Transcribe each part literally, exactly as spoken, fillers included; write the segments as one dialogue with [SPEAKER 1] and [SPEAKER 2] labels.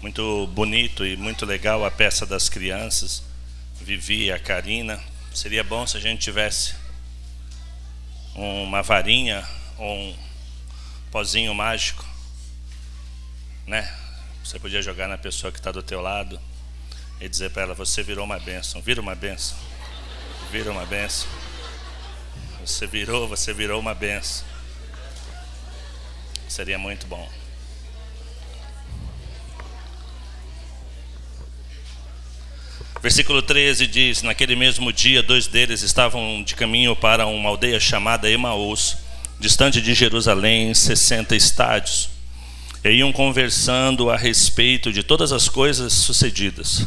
[SPEAKER 1] Muito bonito e muito legal a peça das crianças, Vivi e a Karina. Seria bom se a gente tivesse uma varinha ou um pozinho mágico, né? Você podia jogar na pessoa que está do teu lado e dizer para ela: você virou uma bênção. Vira uma bênção. Vira uma bênção. Você virou, você virou uma bênção. Seria muito bom. Versículo treze diz: naquele mesmo dia, dois deles estavam de caminho para uma aldeia chamada Emaús, distante de Jerusalém, sessenta estádios, e iam conversando a respeito de todas as coisas sucedidas.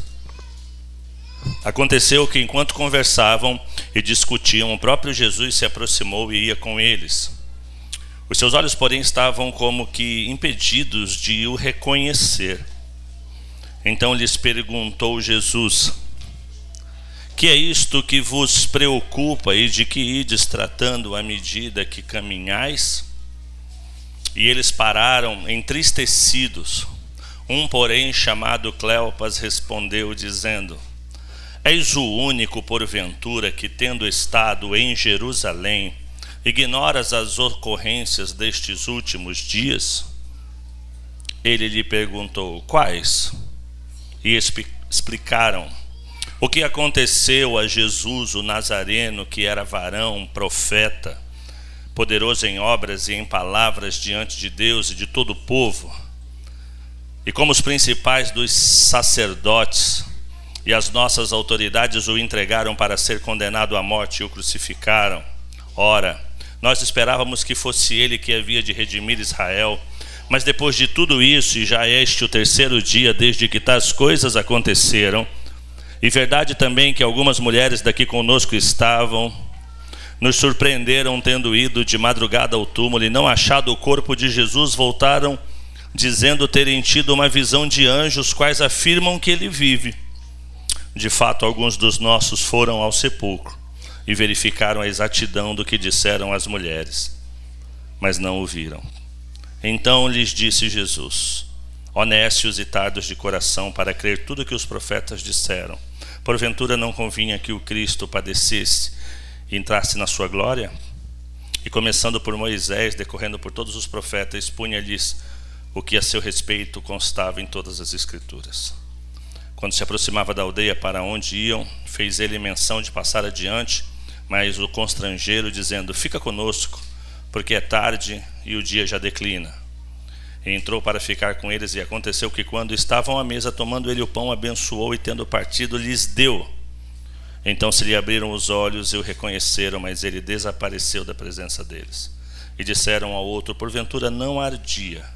[SPEAKER 1] Aconteceu que, enquanto conversavam e discutiam, o próprio Jesus se aproximou e ia com eles. Os seus olhos, porém, estavam como que impedidos de o reconhecer. Então lhes perguntou Jesus: que é isto que vos preocupa e de que ides tratando à medida que caminhais? E eles pararam entristecidos. Um, porém, chamado Cleopas, respondeu dizendo: és o único, porventura, que, tendo estado em Jerusalém, ignoras as ocorrências destes últimos dias? Ele lhe perguntou: quais? E explicaram o que aconteceu a Jesus, o Nazareno, que era varão, profeta, poderoso em obras e em palavras diante de Deus e de todo o povo. E como os principais dos sacerdotes e as nossas autoridades o entregaram para ser condenado à morte e o crucificaram. Ora, nós esperávamos que fosse ele que havia de redimir Israel. Mas depois de tudo isso, e já este o terceiro dia desde que tais coisas aconteceram, e verdade também que algumas mulheres daqui conosco estavam, nos surpreenderam tendo ido de madrugada ao túmulo e não achado o corpo de Jesus, voltaram dizendo terem tido uma visão de anjos, quais afirmam que ele vive. De fato, alguns dos nossos foram ao sepulcro e verificaram a exatidão do que disseram as mulheres, mas não o viram. Então lhes disse Jesus: honestos e tardos de coração para crer tudo que os profetas disseram, porventura não convinha que o Cristo padecesse e entrasse na sua glória? E começando por Moisés, decorrendo por todos os profetas, expunha-lhes o que a seu respeito constava em todas as Escrituras. Quando se aproximava da aldeia para onde iam, fez ele menção de passar adiante, mas o constrangeram, dizendo: fica conosco, porque é tarde e o dia já declina. E entrou para ficar com eles, e aconteceu que, quando estavam à mesa, tomando ele o pão, abençoou e, tendo partido, lhes deu. Então se lhe abriram os olhos e o reconheceram, mas ele desapareceu da presença deles. E disseram ao outro: porventura não ardia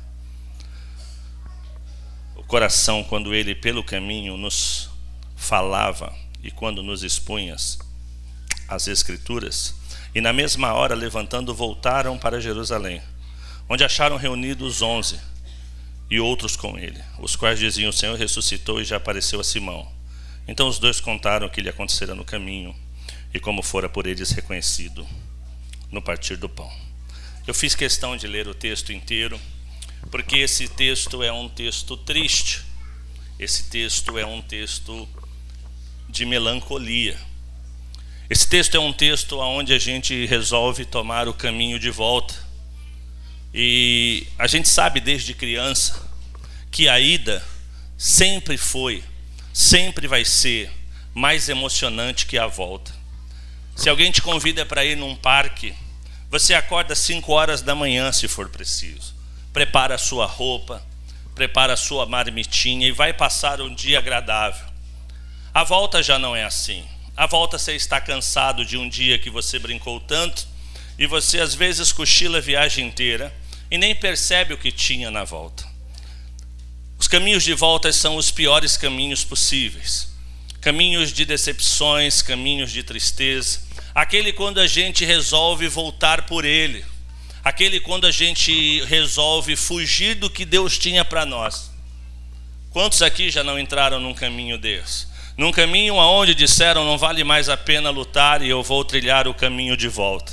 [SPEAKER 1] o coração quando ele pelo caminho nos falava e quando nos expunhas as Escrituras? E na mesma hora, levantando, voltaram para Jerusalém, onde acharam reunidos onze e outros com ele, os quais diziam: o Senhor ressuscitou e já apareceu a Simão. Então os dois contaram o que lhe acontecera no caminho e como fora por eles reconhecido no partir do pão. Eu fiz questão de ler o texto inteiro, porque esse texto é um texto triste. Esse texto é um texto de melancolia. Esse texto é um texto onde a gente resolve tomar o caminho de volta. E a gente sabe desde criança que a ida sempre foi, sempre vai ser mais emocionante que a volta. Se alguém te convida para ir num parque, você acorda às cinco horas da manhã, se for preciso. Prepara a sua roupa, prepara a sua marmitinha e vai passar um dia agradável. A volta já não é assim. A volta você está cansado de um dia que você brincou tanto, e você às vezes cochila a viagem inteira e nem percebe o que tinha na volta. Os caminhos de volta são os piores caminhos possíveis. Caminhos de decepções, caminhos de tristeza. Aquele quando a gente resolve voltar por ele. Aquele quando a gente resolve fugir do que Deus tinha para nós. Quantos aqui já não entraram num caminho desse? Num caminho aonde disseram: não vale mais a pena lutar e eu vou trilhar o caminho de volta.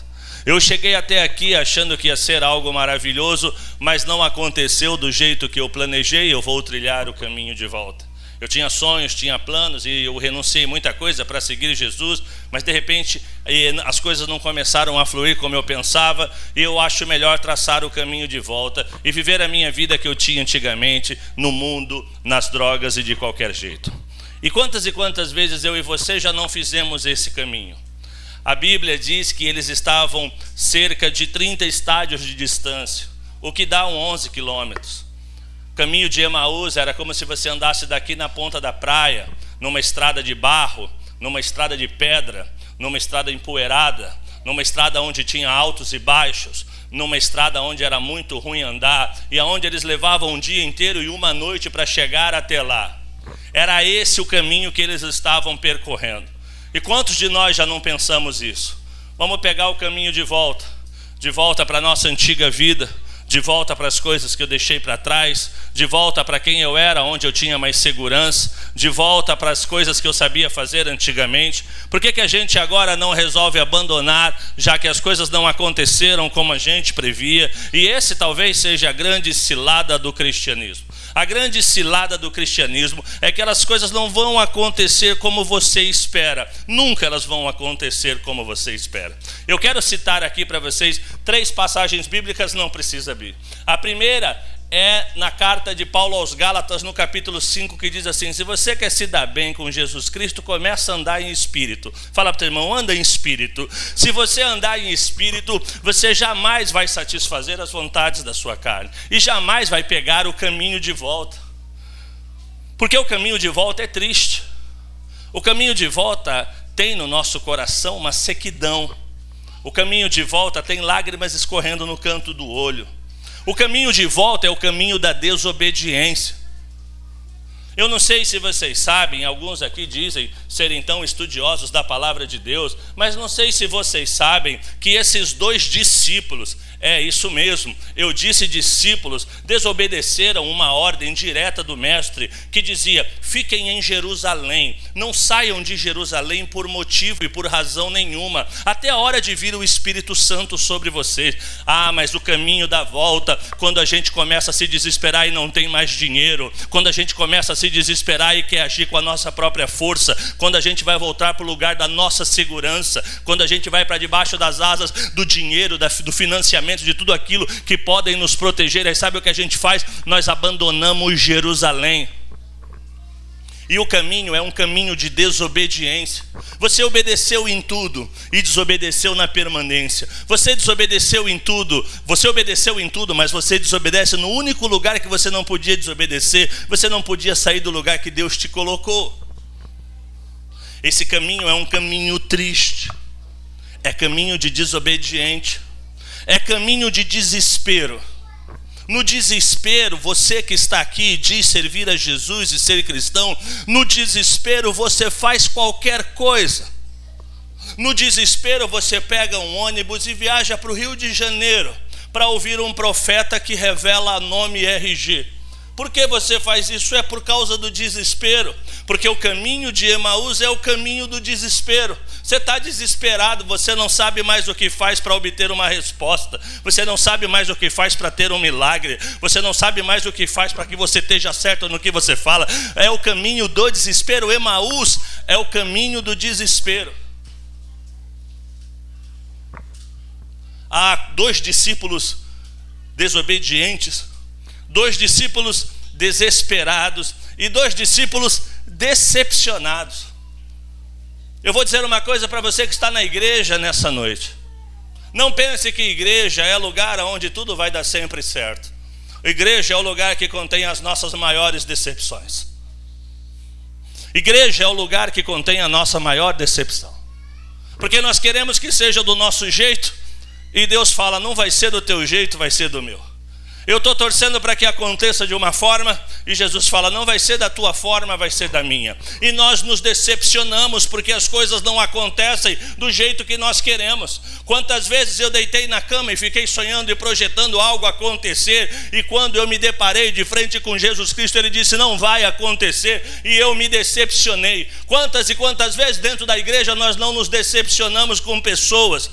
[SPEAKER 1] Eu cheguei até aqui achando que ia ser algo maravilhoso, mas não aconteceu do jeito que eu planejei. Eu vou trilhar o caminho de volta. Eu tinha sonhos, tinha planos e eu renunciei muita coisa para seguir Jesus, mas de repente as coisas não começaram a fluir como eu pensava, e eu acho melhor traçar o caminho de volta e viver a minha vida que eu tinha antigamente, no mundo, nas drogas e de qualquer jeito. E quantas e quantas vezes eu e você já não fizemos esse caminho? A Bíblia diz que eles estavam cerca de trinta estádios de distância, o que dá uns onze quilômetros. O caminho de Emaús era como se você andasse daqui na ponta da praia, numa estrada de barro, numa estrada de pedra, numa estrada empoeirada, numa estrada onde tinha altos e baixos, numa estrada onde era muito ruim andar, e aonde eles levavam um dia inteiro e uma noite para chegar até lá. Era esse o caminho que eles estavam percorrendo. E quantos de nós já não pensamos isso? Vamos pegar o caminho de volta, de volta para a nossa antiga vida, de volta para as coisas que eu deixei para trás, de volta para quem eu era, onde eu tinha mais segurança, de volta para as coisas que eu sabia fazer antigamente. Por que que a gente agora não resolve abandonar, já que as coisas não aconteceram como a gente previa? E esse talvez seja a grande cilada do cristianismo. A grande cilada do cristianismo é que as coisas não vão acontecer como você espera. Nunca elas vão acontecer como você espera. Eu quero citar aqui para vocês três passagens bíblicas, não precisa abrir. A primeira é na carta de Paulo aos Gálatas, no capítulo cinco, que diz assim: se você quer se dar bem com Jesus Cristo, começa a andar em espírito. Fala para o teu irmão, anda em espírito. Se você andar em espírito, você jamais vai satisfazer as vontades da sua carne e jamais vai pegar o caminho de volta, porque o caminho de volta é triste. O caminho de volta tem no nosso coração uma sequidão. O caminho de volta tem lágrimas escorrendo no canto do olho. O caminho de volta é o caminho da desobediência. Eu não sei se vocês sabem, alguns aqui dizem serem tão estudiosos da palavra de Deus, mas não sei se vocês sabem que esses dois discípulos, é isso mesmo, eu disse discípulos, desobedeceram uma ordem direta do mestre que dizia: fiquem em Jerusalém, não saiam de Jerusalém por motivo e por razão nenhuma, até a hora de vir o Espírito Santo sobre vocês. Ah, mas o caminho da volta, quando a gente começa a se desesperar e não tem mais dinheiro, quando a gente começa a se desesperar e quer agir com a nossa própria força, quando a gente vai voltar para o lugar da nossa segurança, quando a gente vai para debaixo das asas do dinheiro, do financiamento, de tudo aquilo que podem nos proteger, aí sabe o que a gente faz? Nós abandonamos Jerusalém. E o caminho é um caminho de desobediência. Você obedeceu em tudo e desobedeceu na permanência. Você desobedeceu em tudo, você obedeceu em tudo, mas você desobedece no único lugar que você não podia desobedecer. Você não podia sair do lugar que Deus te colocou. Esse caminho é um caminho triste, é caminho de desobediente, é caminho de desespero. No desespero, você que está aqui e diz servir a Jesus e ser cristão, no desespero você faz qualquer coisa. No desespero você pega um ônibus e viaja para o Rio de Janeiro para ouvir um profeta que revela nome e R G. Por que você faz isso? É por causa do desespero. Porque o caminho de Emaús é o caminho do desespero. Você está desesperado, você não sabe mais o que faz para obter uma resposta. Você não sabe mais o que faz para ter um milagre. Você não sabe mais o que faz para que você esteja certo no que você fala. É o caminho do desespero. Emaús é o caminho do desespero. Há dois discípulos desobedientes, dois discípulos desesperados e dois discípulos decepcionados. Eu vou dizer uma coisa para você que está na igreja nessa noite. Não pense que igreja é lugar onde tudo vai dar sempre certo. Igreja é o lugar que contém as nossas maiores decepções. Igreja é o lugar que contém a nossa maior decepção. Porque nós queremos que seja do nosso jeito e Deus fala: não vai ser do teu jeito, vai ser do meu. Eu estou torcendo para que aconteça de uma forma e Jesus fala: não vai ser da tua forma, vai ser da minha. E nós nos decepcionamos porque as coisas não acontecem do jeito que nós queremos. Quantas vezes eu deitei na cama e fiquei sonhando e projetando algo acontecer, e quando eu me deparei de frente com Jesus Cristo, Ele disse: não vai acontecer, e eu me decepcionei. Quantas e quantas vezes dentro da igreja nós não nos decepcionamos com pessoas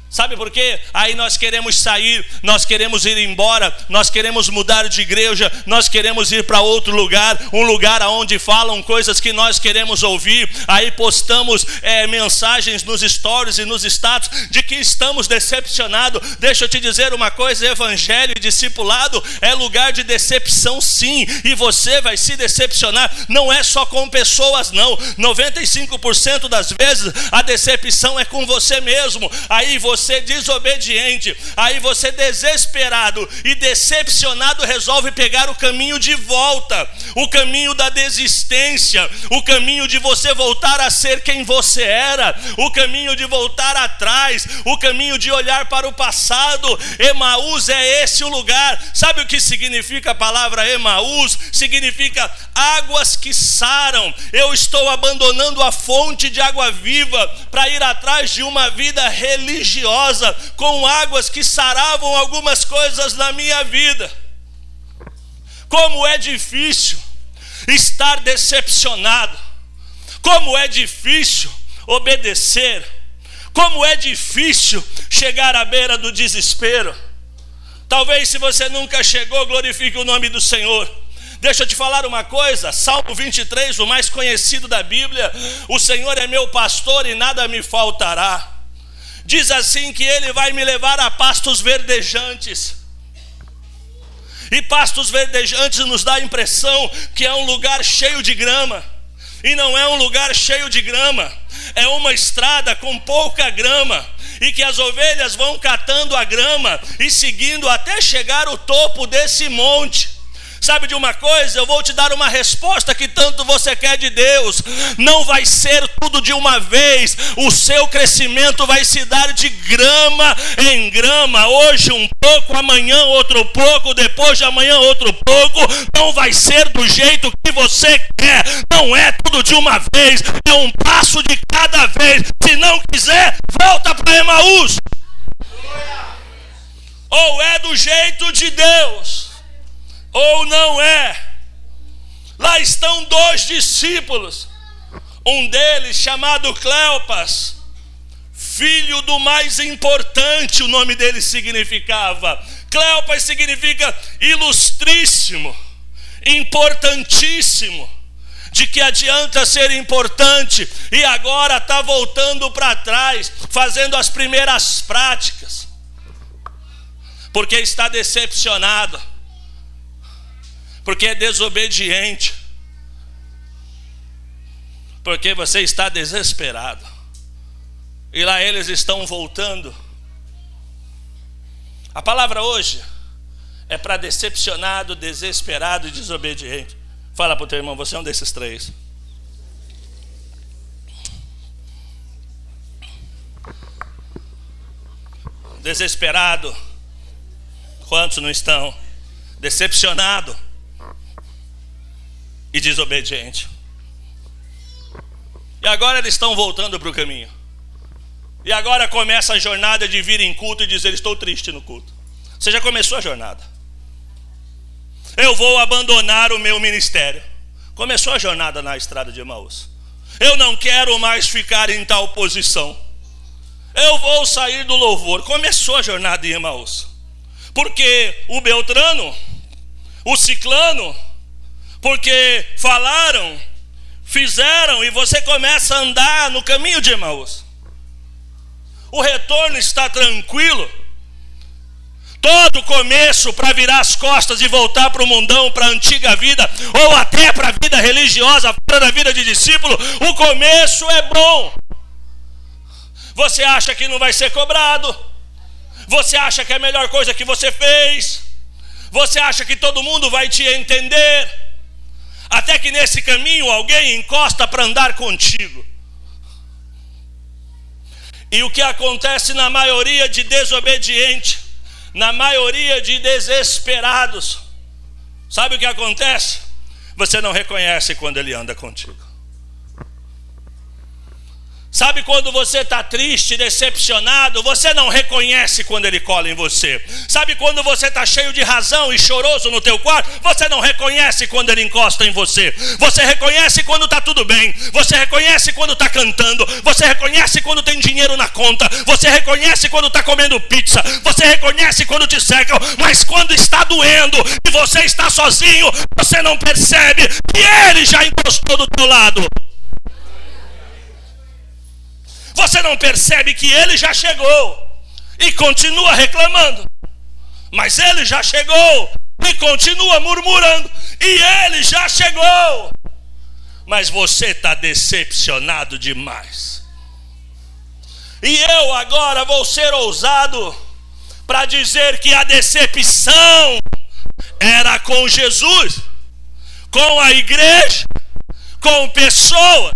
[SPEAKER 1] Sabe por quê? Aí nós queremos sair, nós queremos ir embora, nós queremos mudar de igreja, nós queremos ir para outro lugar, um lugar onde falam coisas que nós queremos ouvir. Aí postamos é, mensagens nos stories e nos status de que estamos decepcionados. Deixa eu te dizer uma coisa, evangelho e discipulado é lugar de decepção sim, e você vai se decepcionar, não é só com pessoas não, noventa e cinco por cento das vezes a decepção é com você mesmo. Aí você Você desobediente, aí você desesperado e decepcionado resolve pegar o caminho de volta, o caminho da desistência, o caminho de você voltar a ser quem você era, o caminho de voltar atrás, o caminho de olhar para o passado. Emaús é esse o lugar. Sabe o que significa a palavra Emaús? Significa águas que saram. Eu estou abandonando a fonte de água viva para ir atrás de uma vida religiosa, com águas que saravam algumas coisas na minha vida. Como é difícil estar decepcionado, como é difícil obedecer, como é difícil chegar à beira do desespero. Talvez se você nunca chegou, glorifique o nome do Senhor. Deixa eu te falar uma coisa, Salmo vinte e três, o mais conhecido da Bíblia: o Senhor é meu pastor e nada me faltará. Diz assim que Ele vai me levar a pastos verdejantes. E pastos verdejantes nos dá a impressão que é um lugar cheio de grama. E não é um lugar cheio de grama, é uma estrada com pouca grama, e que as ovelhas vão catando a grama e seguindo até chegar ao topo desse monte. Sabe de uma coisa? Eu vou te dar uma resposta que tanto você quer de Deus. Não vai ser tudo de uma vez. O seu crescimento vai se dar de grama em grama. Hoje um pouco, amanhã outro pouco, depois de amanhã outro pouco. Não vai ser do jeito que você quer. Não é tudo de uma vez. É um passo de cada vez. Se não quiser, volta para Emaús. Ou é do jeito de Deus, ou não é. Lá estão dois discípulos, um deles chamado Cleopas, filho do mais importante, o nome dele significava. Cleopas significa ilustríssimo, importantíssimo. De que adianta ser importante e agora está voltando para trás, fazendo as primeiras práticas, porque está decepcionado, porque é desobediente, porque você está desesperado. E lá eles estão voltando. A palavra hoje é para decepcionado, desesperado e desobediente. Fala para o teu irmão, você é um desses três. Desesperado. Quantos não estão? Decepcionado e desobediente. E agora eles estão voltando para o caminho. E agora começa a jornada de vir em culto e dizer: estou triste no culto. Você já começou a jornada. Eu vou abandonar o meu ministério. Começou a jornada na estrada de Emaús. Eu não quero mais ficar em tal posição. Eu vou sair do louvor. Começou a jornada em Emaús. Porque o Beltrano, o Ciclano, porque falaram, fizeram, e você começa a andar no caminho de Emaús. O retorno está tranquilo. Todo começo para virar as costas e voltar para o mundão, para a antiga vida, ou até para a vida religiosa, para a vida de discípulo, o começo é bom. Você acha que não vai ser cobrado? Você acha que é a melhor coisa que você fez? Você acha que todo mundo vai te entender? Até que nesse caminho alguém encosta para andar contigo. E o que acontece na maioria de desobedientes, na maioria de desesperados, sabe o que acontece? Você não reconhece quando ele anda contigo. Sabe quando você está triste, decepcionado, você não reconhece quando ele cola em você. Sabe quando você está cheio de razão e choroso no teu quarto, você não reconhece quando ele encosta em você. Você reconhece quando está tudo bem. Você reconhece quando está cantando. Você reconhece quando tem dinheiro na conta. Você reconhece quando está comendo pizza. Você reconhece quando te cercam. Mas quando está doendo e você está sozinho, você não percebe que ele já encostou do teu lado. Você não percebe que ele já chegou e continua reclamando. Mas ele já chegou e continua murmurando. E ele já chegou. Mas você está decepcionado demais. E eu agora vou ser ousado para dizer que a decepção era com Jesus, com a igreja, com pessoas.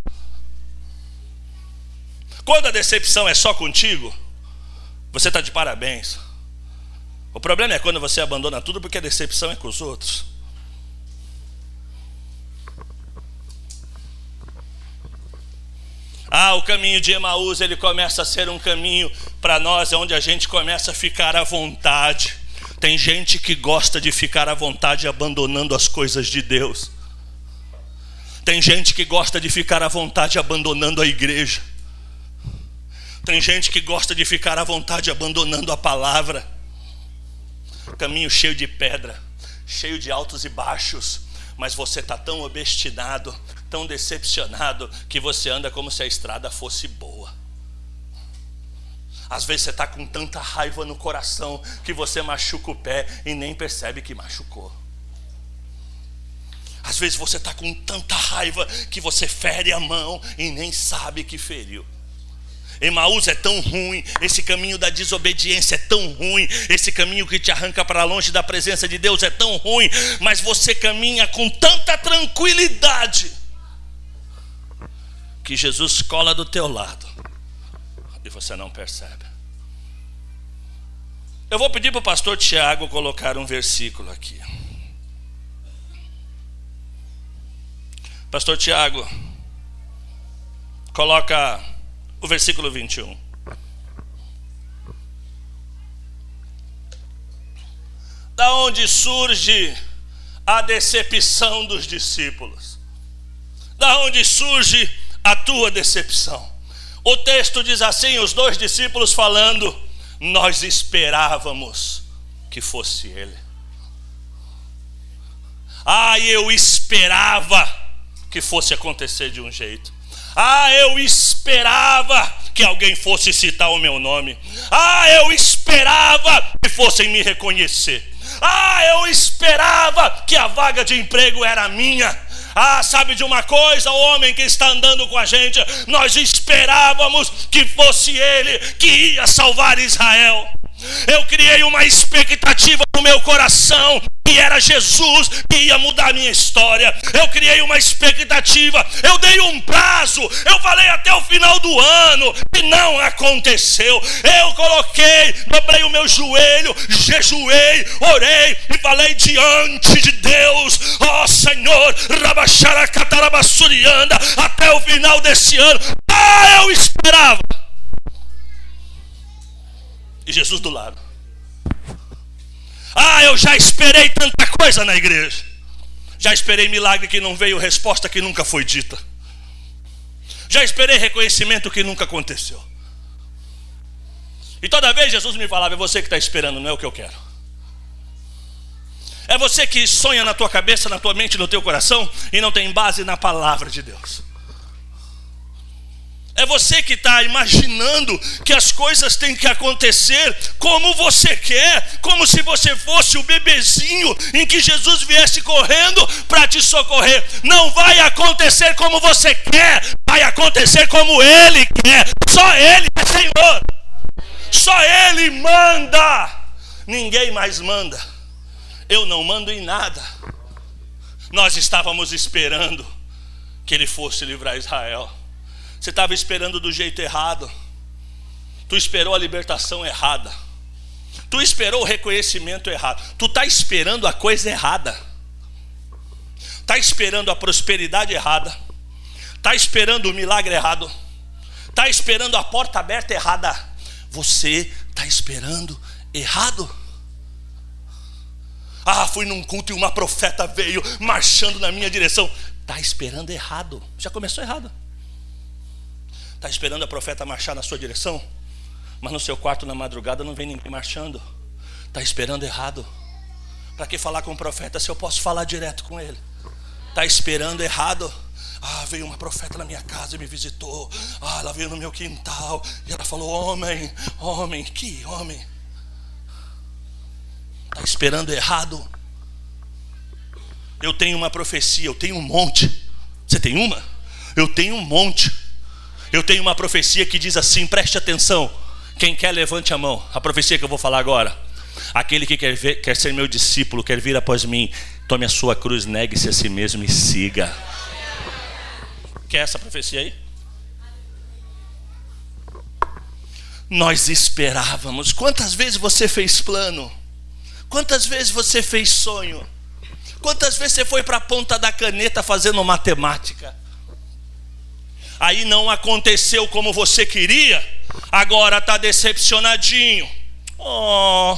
[SPEAKER 1] Quando a decepção é só contigo, você está de parabéns. O problema é quando você abandona tudo porque a decepção é com os outros. Ah, o caminho de Emaús, ele começa a ser um caminho para nós, onde a gente começa a ficar à vontade. Tem gente que gosta de ficar à vontade abandonando as coisas de Deus. Tem gente que gosta de ficar à vontade abandonando a igreja. Tem gente que gosta de ficar à vontade abandonando a palavra. Caminho cheio de pedra, cheio de altos e baixos. Mas você está tão obstinado, tão decepcionado, que você anda como se a estrada fosse boa. Às vezes você está com tanta raiva no coração que você machuca o pé e nem percebe que machucou. Às vezes você está com tanta raiva que você fere a mão e nem sabe que feriu. Emaús é tão ruim, esse caminho da desobediência é tão ruim, esse caminho que te arranca para longe da presença de Deus é tão ruim, mas você caminha com tanta tranquilidade que Jesus cola do teu lado e você não percebe. Eu vou pedir para o pastor Tiago colocar um versículo aqui. Pastor Tiago, coloca o versículo vinte e um. Da onde surge a decepção dos discípulos? Da onde surge a tua decepção? O texto diz assim, os dois discípulos falando, nós esperávamos que fosse ele. Ah, eu esperava que fosse acontecer de um jeito. Ah, eu esperava que alguém fosse citar o meu nome. Ah, eu esperava que fossem me reconhecer. Ah, eu esperava que a vaga de emprego era minha. Ah, sabe de uma coisa, o homem que está andando com a gente, nós esperávamos que fosse ele que ia salvar Israel. Eu criei uma expectativa no meu coração que era Jesus que ia mudar a minha história. Eu criei uma expectativa, eu dei um prazo, eu falei até o final do ano e não aconteceu. Eu coloquei, dobrei o meu joelho, jejuei, orei e falei diante de Deus, ó Senhor, rabaxaracatarabassurianda, até o final desse ano. Ah, eu esperava. E Jesus do lado. Ah, eu já esperei tanta coisa na igreja. Já esperei milagre que não veio, resposta que nunca foi dita. Já esperei reconhecimento que nunca aconteceu. E toda vez Jesus me falava, é você que está esperando, não é o que eu quero. É você que sonha na tua cabeça, na tua mente, no teu coração e não tem base na palavra de Deus. É você que está imaginando que as coisas têm que acontecer como você quer, como se você fosse o bebezinho em que Jesus viesse correndo para te socorrer. Não vai acontecer como você quer, vai acontecer como Ele quer. Só Ele é Senhor, só Ele manda, ninguém mais manda. Eu não mando em nada. Nós estávamos esperando que Ele fosse livrar Israel. Você estava esperando do jeito errado. Tu esperou a libertação errada. Tu esperou o reconhecimento errado. Tu está esperando a coisa errada. Está esperando a prosperidade errada. Está esperando o milagre errado. Está esperando a porta aberta errada. Você está esperando errado. Ah, fui num culto e uma profeta veio marchando na minha direção. Está esperando errado. Já começou errado. Está esperando a profeta marchar na sua direção, mas no seu quarto na madrugada não vem ninguém marchando. Está esperando errado. Para que falar com o profeta se eu posso falar direto com ele? Está esperando errado. Ah, veio uma profeta na minha casa e me visitou. Ah, ela veio no meu quintal e ela falou: homem, homem, que homem. Está esperando errado. Eu tenho uma profecia, eu tenho um monte. Você tem uma? Eu tenho um monte. Eu tenho uma profecia que diz assim, preste atenção. Quem quer, levante a mão. A profecia que eu vou falar agora. Aquele que quer, ver, quer ser meu discípulo, quer vir após mim, tome a sua cruz, negue-se a si mesmo e siga. Quer essa profecia aí? Nós esperávamos. Quantas vezes você fez plano? Quantas vezes você fez sonho? Quantas vezes você foi para a ponta da caneta fazendo matemática? Aí não aconteceu como você queria, agora está decepcionadinho. Oh,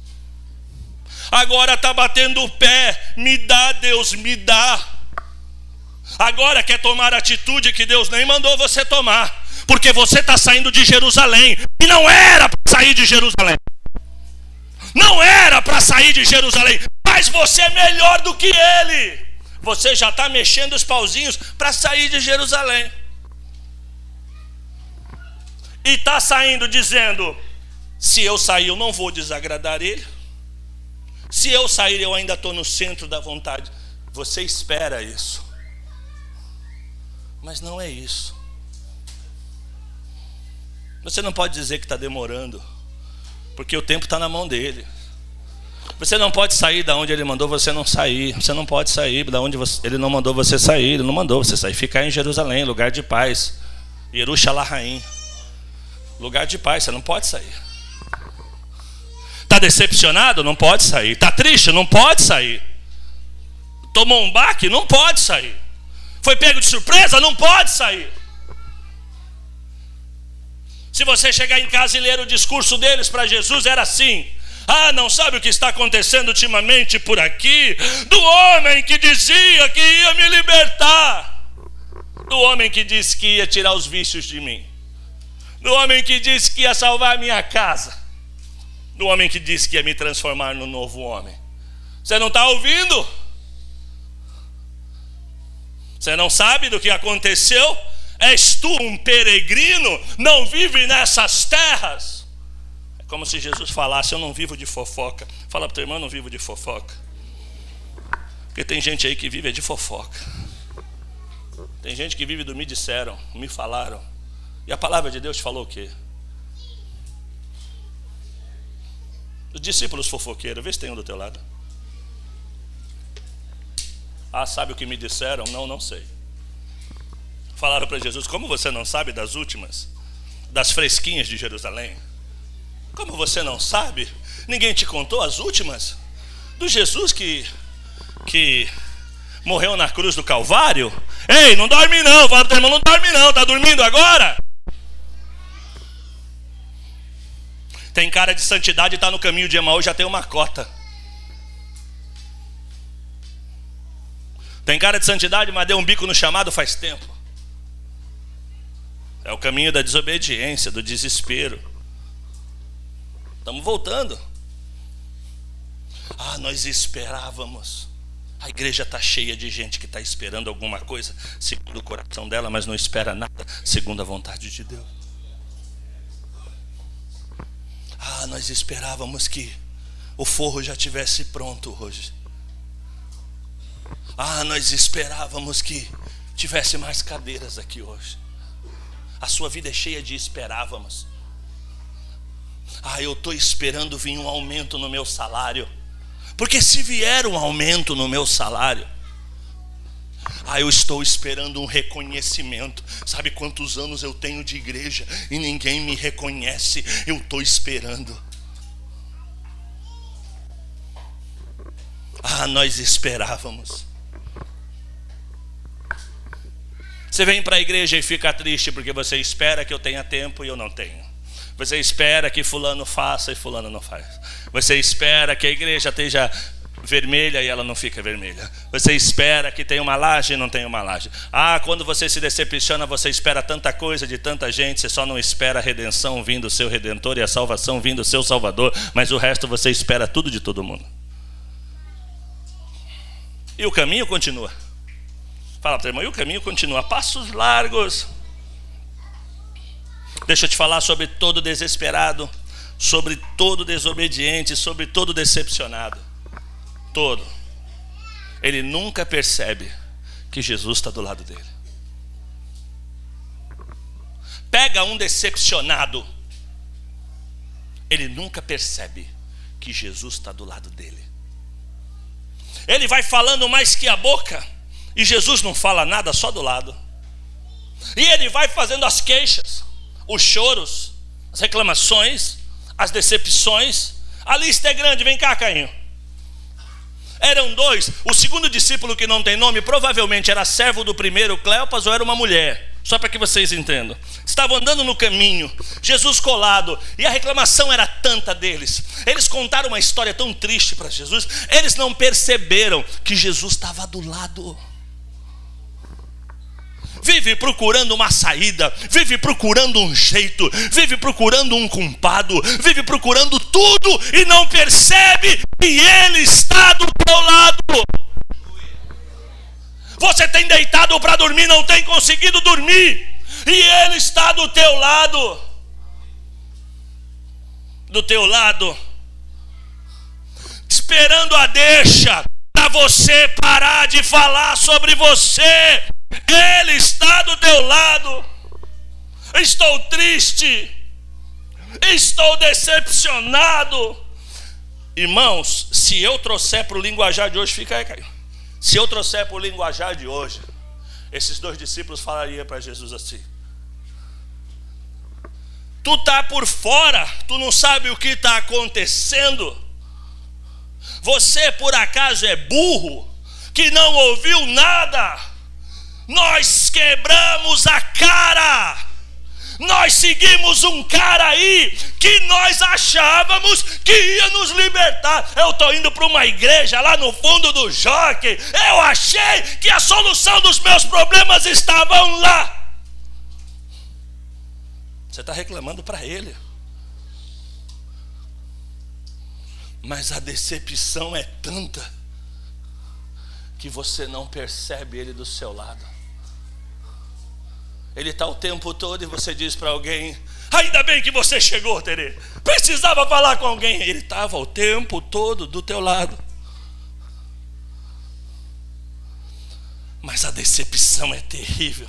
[SPEAKER 1] agora está batendo o pé. Me dá, Deus, me dá. Agora quer tomar atitude que Deus nem mandou você tomar, porque você está saindo de Jerusalém e não era para sair de Jerusalém. Não era para sair de Jerusalém, mas você é melhor do que ele. Você já está mexendo os pauzinhos para sair de Jerusalém. E está saindo dizendo: se eu sair eu não vou desagradar ele. Se eu sair eu ainda estou no centro da vontade. Você espera isso. Mas não é isso. Você não pode dizer que está demorando, porque o tempo está na mão dele. Você não pode sair da onde ele mandou você não sair. Você não pode sair da onde você, ele não mandou você sair. Ele não mandou você sair. Ficar em Jerusalém, lugar de paz. Yerushalayim, lugar de paz. Você não pode sair. Está decepcionado? Não pode sair. Está triste? Não pode sair. Tomou um baque? Não pode sair. Foi pego de surpresa? Não pode sair. Se você chegar em casa e ler o discurso deles para Jesus, era assim: ah, não sabe o que está acontecendo ultimamente por aqui? Do homem que dizia que ia me libertar. Do homem que disse que ia tirar os vícios de mim. Do homem que disse que ia salvar a minha casa. Do homem que disse que ia me transformar no novo homem. Você não está ouvindo? Você não sabe do que aconteceu? És tu um peregrino? Não vive nessas terras? É como se Jesus falasse: eu não vivo de fofoca. Fala para o teu irmão: eu não vivo de fofoca. Porque tem gente aí que vive de fofoca. Tem gente que vive do me disseram, me falaram. E a palavra de Deus te falou o quê? Os discípulos fofoqueiros, vê se tem um do teu lado. Ah, sabe o que me disseram? Não, não sei. Falaram para Jesus: como você não sabe das últimas, das fresquinhas de Jerusalém? Como você não sabe? Ninguém te contou as últimas? Do Jesus que, que morreu na cruz do Calvário? Ei, não dorme não, fala pro teu irmão: não dorme não, tá dormindo agora? Tem cara de santidade e está no caminho de Emaús, já tem uma cota. Tem cara de santidade, mas deu um bico no chamado faz tempo. É o caminho da desobediência, do desespero. Estamos voltando. Ah, nós esperávamos. A igreja está cheia de gente que está esperando alguma coisa segundo o coração dela, mas não espera nada segundo a vontade de Deus. Ah, nós esperávamos que o forro já tivesse pronto hoje. Ah, nós esperávamos que tivesse mais cadeiras aqui hoje. A sua vida é cheia de esperávamos. Ah, eu estou esperando vir um aumento no meu salário. Porque se vier um aumento no meu salário, ah, eu estou esperando um reconhecimento. Sabe quantos anos eu tenho de igreja e ninguém me reconhece? Eu estou esperando. Ah, nós esperávamos. Você vem para a igreja e fica triste porque você espera que eu tenha tempo e eu não tenho. Você espera que fulano faça e fulano não faz. Você espera que a igreja esteja vermelha e ela não fica vermelha. Você espera que tenha uma laje e não tem uma laje. Ah, quando você se decepciona, você espera tanta coisa de tanta gente, você só não espera a redenção vindo do seu Redentor e a salvação vindo do seu Salvador, mas o resto você espera tudo de todo mundo. E o caminho continua. Fala para o irmão, e o caminho continua, passos largos. Deixa eu te falar sobre todo desesperado, sobre todo desobediente, sobre todo decepcionado. Todo. Ele nunca percebe que Jesus está do lado dele. Pega um decepcionado, ele nunca percebe que Jesus está do lado dele. Ele vai falando mais que a boca, e Jesus não fala nada, só do lado. E ele vai fazendo as queixas, os choros, as reclamações, as decepções. A lista é grande, vem cá, Cainho. Eram dois. O segundo discípulo, que não tem nome, provavelmente era servo do primeiro, Cleopas, ou era uma mulher. Só para que vocês entendam. Estavam andando no caminho, Jesus colado, e a reclamação era tanta deles. Eles contaram uma história tão triste para Jesus. Eles não perceberam que Jesus estava do lado. Vive procurando uma saída, vive procurando um jeito, vive procurando um culpado, vive procurando tudo e não percebe que Ele está do teu lado. Você tem deitado para dormir, não tem conseguido dormir, e Ele está do teu lado. Do teu lado, esperando a deixa para você parar de falar sobre você. Ele está do teu lado. Estou triste, estou decepcionado. Irmãos, se eu trouxer para o linguajar de hoje, fica aí, Caio. Se eu trouxer para o linguajar de hoje, esses dois discípulos falariam para Jesus assim: tu está por fora, tu não sabe o que está acontecendo. Você por acaso é burro, que não ouviu nada? Nós quebramos a cara. Nós seguimos um cara aí que nós achávamos que ia nos libertar. Eu estou indo para uma igreja lá no fundo do Jockey. Eu achei que a solução dos meus problemas estavam lá. Você está reclamando para ele. Mas a decepção é tanta que você não percebe ele do seu lado. Ele está o tempo todo e você diz para alguém: ainda bem que você chegou, Tere. Precisava falar com alguém. Ele estava o tempo todo do teu lado. Mas a decepção é terrível.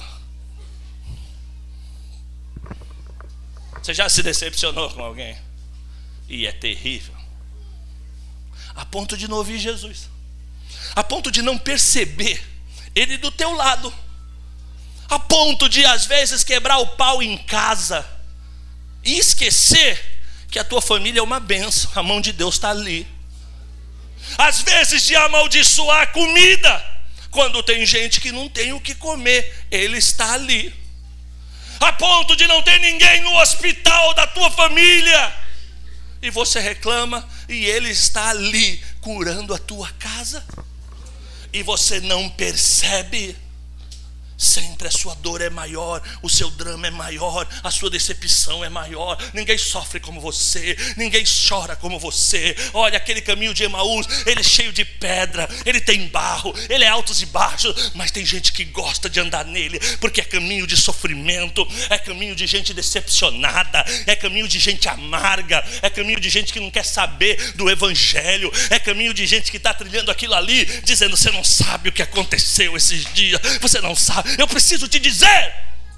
[SPEAKER 1] Você já se decepcionou com alguém? E é terrível. A ponto de não ouvir Jesus. A ponto de não perceber Ele do teu lado. A ponto de às vezes quebrar o pau em casa e esquecer que a tua família é uma bênção. A mão de Deus está ali. Às vezes de amaldiçoar a comida, quando tem gente que não tem o que comer, Ele está ali. A ponto de não ter ninguém no hospital da tua família, e você reclama, e Ele está ali curando a tua casa, e você não percebe. Sempre a sua dor é maior, o seu drama é maior, a sua decepção é maior. Ninguém sofre como você, ninguém chora como você. Olha, aquele caminho de Emaús, ele é cheio de pedra, ele tem barro, ele é altos e baixos, mas tem gente que gosta de andar nele, porque é caminho de sofrimento, é caminho de gente decepcionada, é caminho de gente amarga, é caminho de gente que não quer saber do evangelho, é caminho de gente que está trilhando aquilo ali, dizendo: você não sabe o que aconteceu esses dias, você não sabe. Eu preciso te dizer.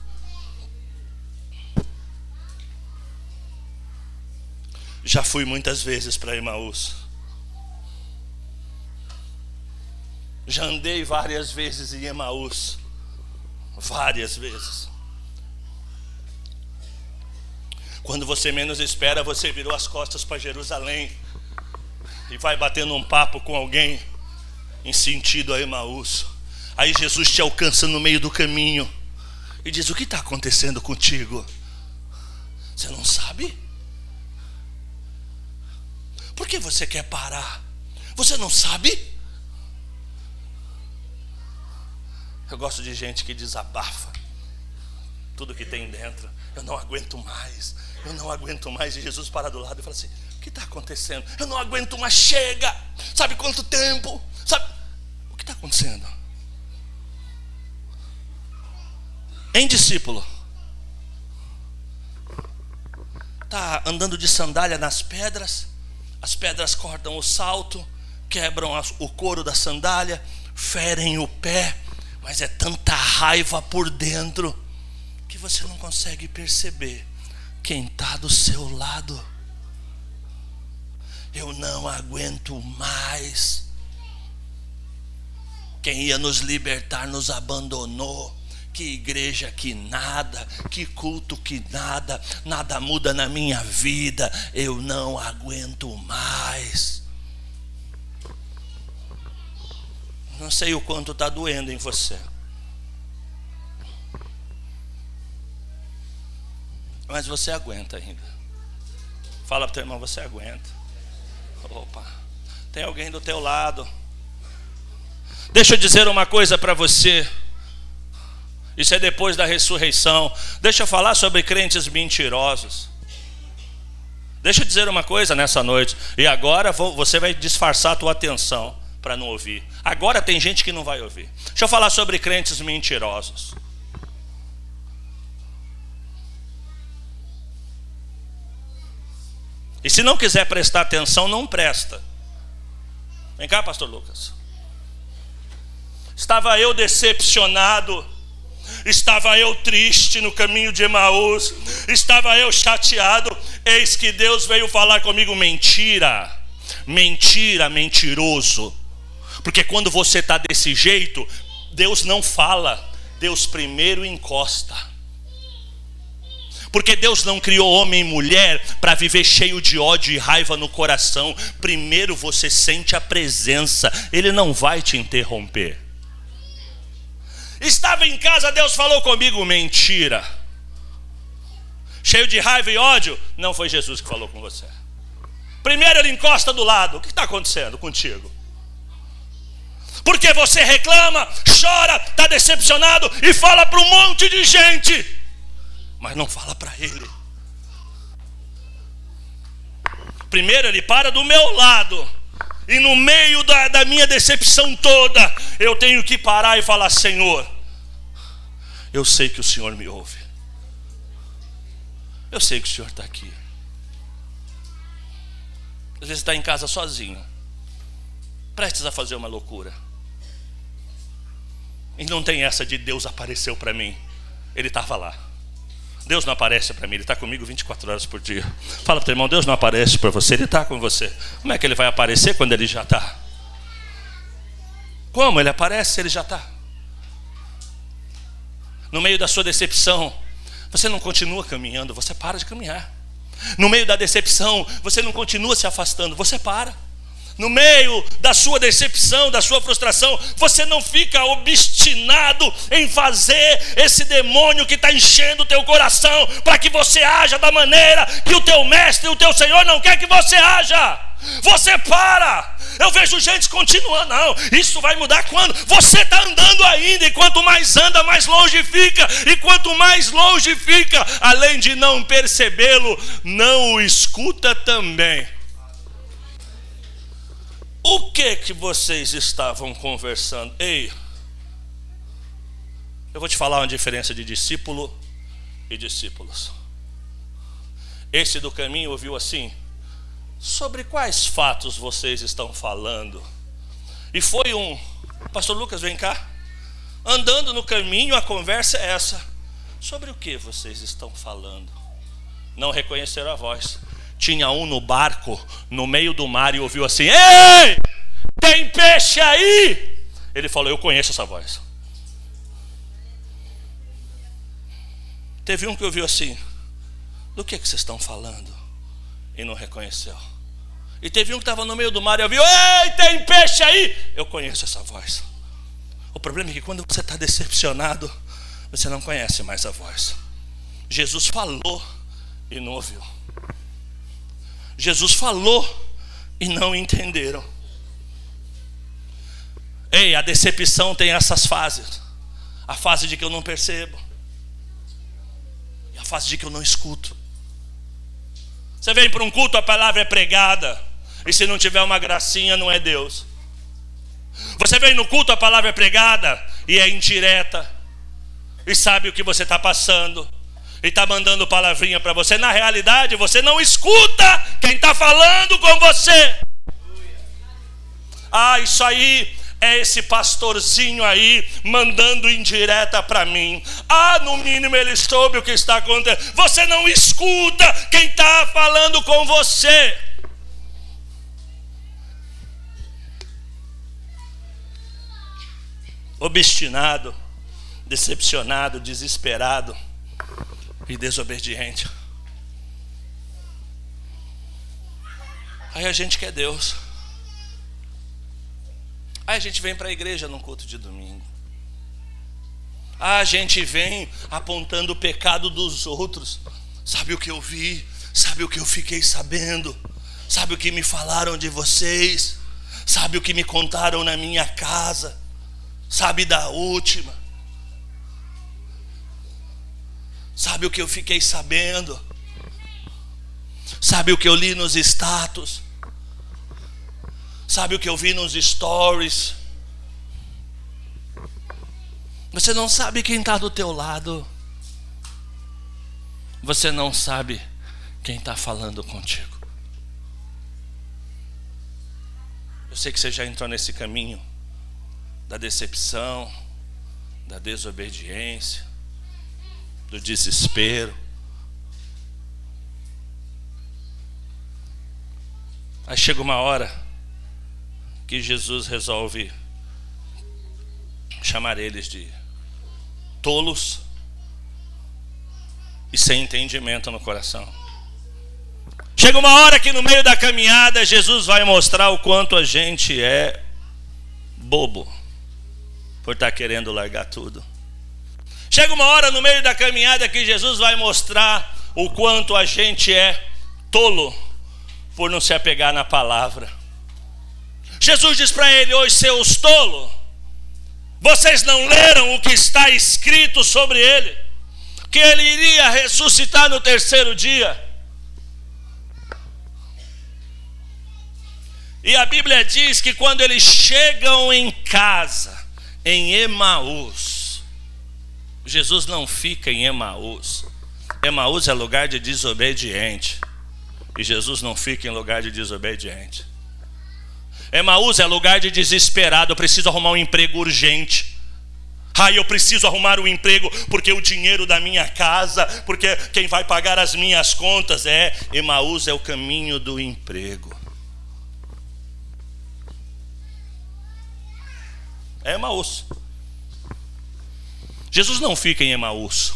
[SPEAKER 1] Já fui muitas vezes para Emaús. Já andei várias vezes em Emaús. Várias vezes. Quando você menos espera, você virou as costas para Jerusalém e vai batendo um papo com alguém em sentido a Emaús. Aí Jesus te alcança no meio do caminho e diz: o que está acontecendo contigo? Você não sabe? Por que você quer parar? Você não sabe? Eu gosto de gente que desabafa tudo que tem dentro. Eu não aguento mais, eu não aguento mais. E Jesus para do lado e fala assim: o que está acontecendo? Eu não aguento mais, chega. Sabe quanto tempo? Sabe o que está acontecendo? Em discípulo, está andando de sandália nas pedras, as pedras cortam o salto, quebram o couro da sandália, ferem o pé, mas é tanta raiva por dentro que você não consegue perceber quem está do seu lado. Eu não aguento mais. Quem ia nos libertar nos abandonou. Que igreja que nada, que culto que nada, nada muda na minha vida. Eu não aguento mais. Não sei o quanto está doendo em você, mas você aguenta ainda. Fala para o teu irmão: você aguenta. Opa, tem alguém do teu lado. Deixa eu dizer uma coisa para você. Isso é depois da ressurreição. Deixa eu falar sobre crentes mentirosos. Deixa eu dizer uma coisa nessa noite. E agora você vai disfarçar a tua atenção para não ouvir. Agora tem gente que não vai ouvir. Deixa eu falar sobre crentes mentirosos. E se não quiser prestar atenção, não presta. Vem cá, pastor Lucas. Estava eu decepcionado, estava eu triste no caminho de Emaús, estava eu chateado. Eis que Deus veio falar comigo: mentira, mentira, mentiroso. Porque quando você está desse jeito, Deus não fala, Deus primeiro encosta. Porque Deus não criou homem e mulher para viver cheio de ódio e raiva no coração. Primeiro você sente a presença, Ele não vai te interromper. Estava em casa, Deus falou comigo: mentira. Cheio de raiva e ódio? Não foi Jesus que falou com você. Primeiro Ele encosta do lado: o que está acontecendo contigo? Porque você reclama, chora, está decepcionado e fala para um monte de gente, mas não fala para Ele. Primeiro Ele para do meu lado, e no meio da, da minha decepção toda, eu tenho que parar e falar: Senhor, eu sei que o Senhor me ouve. Eu sei que o Senhor está aqui. Às vezes está em casa sozinho, prestes a fazer uma loucura, e não tem essa de Deus apareceu para mim. Ele estava lá. Deus não aparece para mim, Ele está comigo vinte e quatro horas por dia. Fala para o teu irmão: Deus não aparece para você, Ele está com você. Como é que Ele vai aparecer quando Ele já está? Como Ele aparece, Ele já está. No meio da sua decepção, você não continua caminhando, você para de caminhar. No meio da decepção, você não continua se afastando, você para. No meio da sua decepção, da sua frustração, você não fica obstinado em fazer esse demônio que está enchendo o teu coração para que você haja da maneira que o teu mestre, o teu Senhor não quer que você haja. Você para. Eu vejo gente continuando: não, isso vai mudar quando? Você está andando ainda, e quanto mais anda, mais longe fica. E quanto mais longe fica, além de não percebê-lo, não o escuta também. O que que vocês estavam conversando? Ei, eu vou te falar uma diferença de discípulo e discípulos. Esse do caminho ouviu assim: sobre quais fatos vocês estão falando? E foi um: pastor Lucas, vem cá. Andando no caminho, a conversa é essa: sobre o que vocês estão falando? Não reconheceram a voz. Tinha um no barco, no meio do mar, e ouviu assim: ei, tem peixe aí? Ele falou: eu conheço essa voz. Teve um que ouviu assim: do que, que vocês estão falando? E não reconheceu. E teve um que estava no meio do mar e ouviu: ei, tem peixe aí? Eu conheço essa voz. O problema é que quando você está decepcionado, você não conhece mais a voz. Jesus falou e não ouviu. Jesus falou e não entenderam. Ei, a decepção tem essas fases. A fase de que eu não percebo, e a fase de que eu não escuto. Você vem para um culto, a palavra é pregada, e se não tiver uma gracinha, não é Deus. Você vem no culto, a palavra é pregada e é indireta, e sabe o que você está passando, e está mandando palavrinha para você. Na realidade, você não escuta quem está falando com você. Ah, isso aí é esse pastorzinho aí mandando indireta para mim. Ah, no mínimo ele soube o que está acontecendo. Você não escuta quem está falando com você. Obstinado, decepcionado, desesperado e desobediente. Aí a gente quer Deus. Aí a gente vem para a igreja num culto de domingo. A gente vem apontando o pecado dos outros. Sabe o que eu vi? Sabe o que eu fiquei sabendo? Sabe o que me falaram de vocês? Sabe o que me contaram na minha casa? Sabe da última? Sabe o que eu fiquei sabendo? Sabe o que eu li nos status? Sabe o que eu vi nos stories? Você não sabe quem está do teu lado. Você não sabe quem está falando contigo. Eu sei que você já entrou nesse caminho da decepção, da desobediência, do desespero. Aí chega uma hora que Jesus resolve chamar eles de tolos e sem entendimento no coração. Chega uma hora que no meio da caminhada Jesus vai mostrar o quanto a gente é bobo por estar querendo largar tudo. Chega uma hora no meio da caminhada que Jesus vai mostrar o quanto a gente é tolo por não se apegar na palavra. Jesus diz para ele hoje: seus tolos, vocês não leram o que está escrito sobre ele? Que ele iria ressuscitar no terceiro dia. E a Bíblia diz que quando eles chegam em casa, em Emaús, Jesus não fica em Emaús. Emaús é lugar de desobediente, e Jesus não fica em lugar de desobediente. Emaús é lugar de desesperado. Eu preciso arrumar um emprego urgente. Ah, eu preciso arrumar um emprego porque o dinheiro da minha casa, porque quem vai pagar as minhas contas é... Emaús é o caminho do emprego. É Emaús. Jesus não fica em Emaús.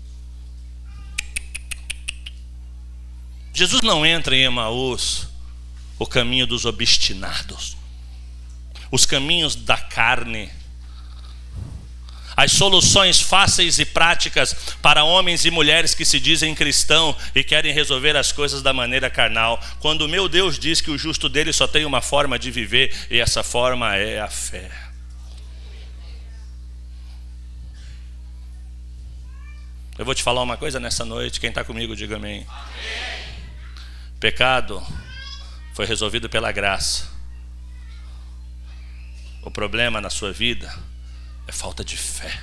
[SPEAKER 1] Jesus não entra em Emaús, o caminho dos obstinados, os caminhos da carne, as soluções fáceis e práticas para homens e mulheres que se dizem cristãos e querem resolver as coisas da maneira carnal, quando o meu Deus diz que o justo dele só tem uma forma de viver, e essa forma é a fé. Eu vou te falar uma coisa nessa noite. Quem está comigo, diga amém. Amém. Pecado foi resolvido pela graça. O problema na sua vida é falta de fé.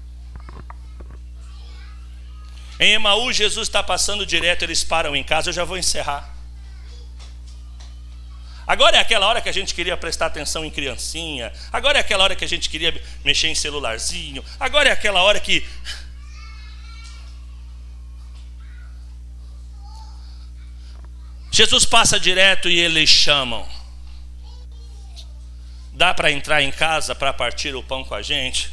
[SPEAKER 1] Em Emaús, Jesus está passando direto, eles param em casa. Eu já vou encerrar. Agora é aquela hora que a gente queria prestar atenção em criancinha. Agora é aquela hora que a gente queria mexer em celularzinho. Agora é aquela hora que... Jesus passa direto e eles chamam. Dá para entrar em casa para partir o pão com a gente?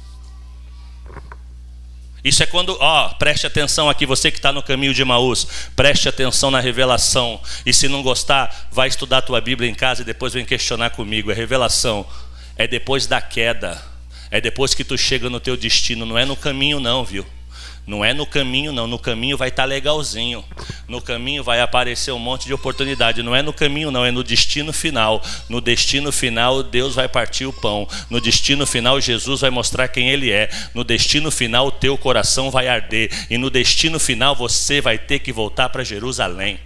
[SPEAKER 1] Isso é quando, ó, preste atenção aqui, você que está no caminho de Emaús, preste atenção na revelação. E se não gostar, vai estudar a tua Bíblia em casa e depois vem questionar comigo. É revelação, é depois da queda, É depois que tu chega no teu destino, não é no caminho não, viu? Não é no caminho não, no caminho vai estar legalzinho. No caminho vai aparecer um monte de oportunidade. Não é no caminho não, é no destino final. No destino final Deus vai partir o pão. No destino final Jesus vai mostrar quem Ele é. No destino final o teu coração vai arder. E no destino final você vai ter que voltar para Jerusalém.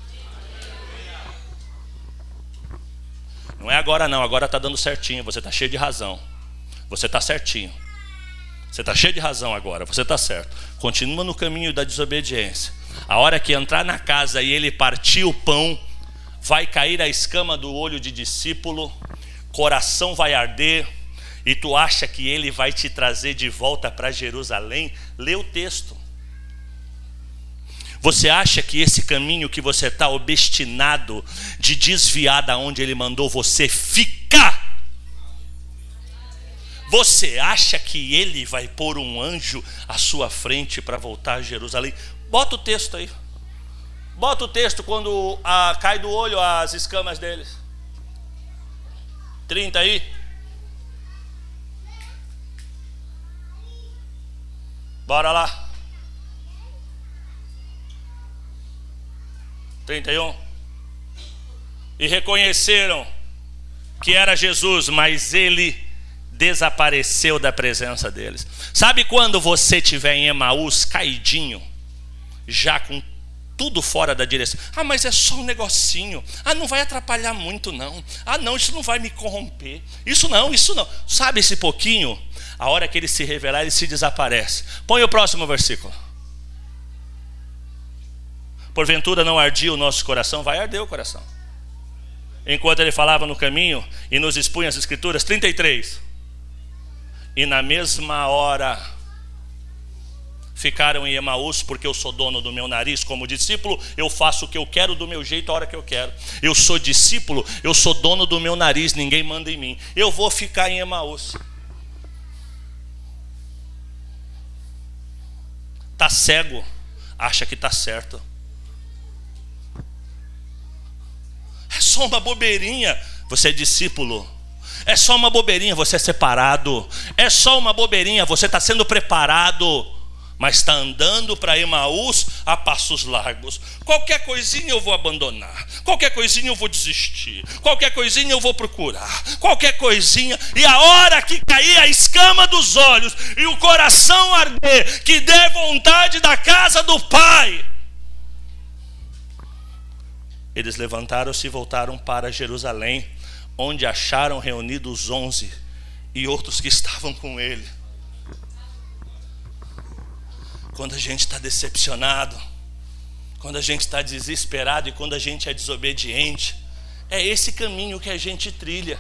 [SPEAKER 1] Não é agora não, agora está dando certinho. Você está cheio de razão. Você está certinho. Você está cheio de razão agora, você está certo. Continua no caminho da desobediência. A hora que entrar na casa e ele partir o pão, vai cair a escama do olho de discípulo, coração vai arder, e tu acha que ele vai te trazer de volta para Jerusalém? Lê o texto. Você acha que esse caminho que você está obstinado de desviar da onde ele mandou você ficar? Você acha que ele vai pôr um anjo à sua frente para voltar a Jerusalém? Bota o texto aí. Bota o texto quando ah, cai do olho as escamas deles. trinta aí. Bora lá. trinta e um. E reconheceram que era Jesus, mas ele desapareceu da presença deles. Sabe quando você estiver em Emaús, caidinho, já com tudo fora da direção? Ah, mas é só um negocinho. Ah, não vai atrapalhar muito não. Ah, não, isso não vai me corromper. Isso não, isso não. Sabe esse pouquinho? A hora que ele se revelar, ele se desaparece. Põe o próximo versículo. Porventura não ardia o nosso coração? Vai arder o coração. Enquanto ele falava no caminho e nos expunha as escrituras. trinta e três. E na mesma hora ficaram em Emaús, porque eu sou dono do meu nariz. Como discípulo, eu faço o que eu quero do meu jeito, a hora que eu quero. Eu sou discípulo, eu sou dono do meu nariz, ninguém manda em mim. Eu vou ficar em Emaús. Tá cego, acha que tá certo. É só uma bobeirinha. Você é discípulo. É só uma bobeirinha, você é separado. É só uma bobeirinha, você está sendo preparado, mas está andando para Emaús a passos largos. Qualquer coisinha eu vou abandonar. Qualquer coisinha eu vou desistir. Qualquer coisinha eu vou procurar. Qualquer coisinha. E a hora que cair a escama dos olhos e o coração arder, que der vontade da casa do Pai, eles levantaram-se e voltaram para Jerusalém, onde acharam reunidos os onze e outros que estavam com ele. Quando a gente está decepcionado, quando a gente está desesperado e quando a gente é desobediente, é esse caminho que a gente trilha.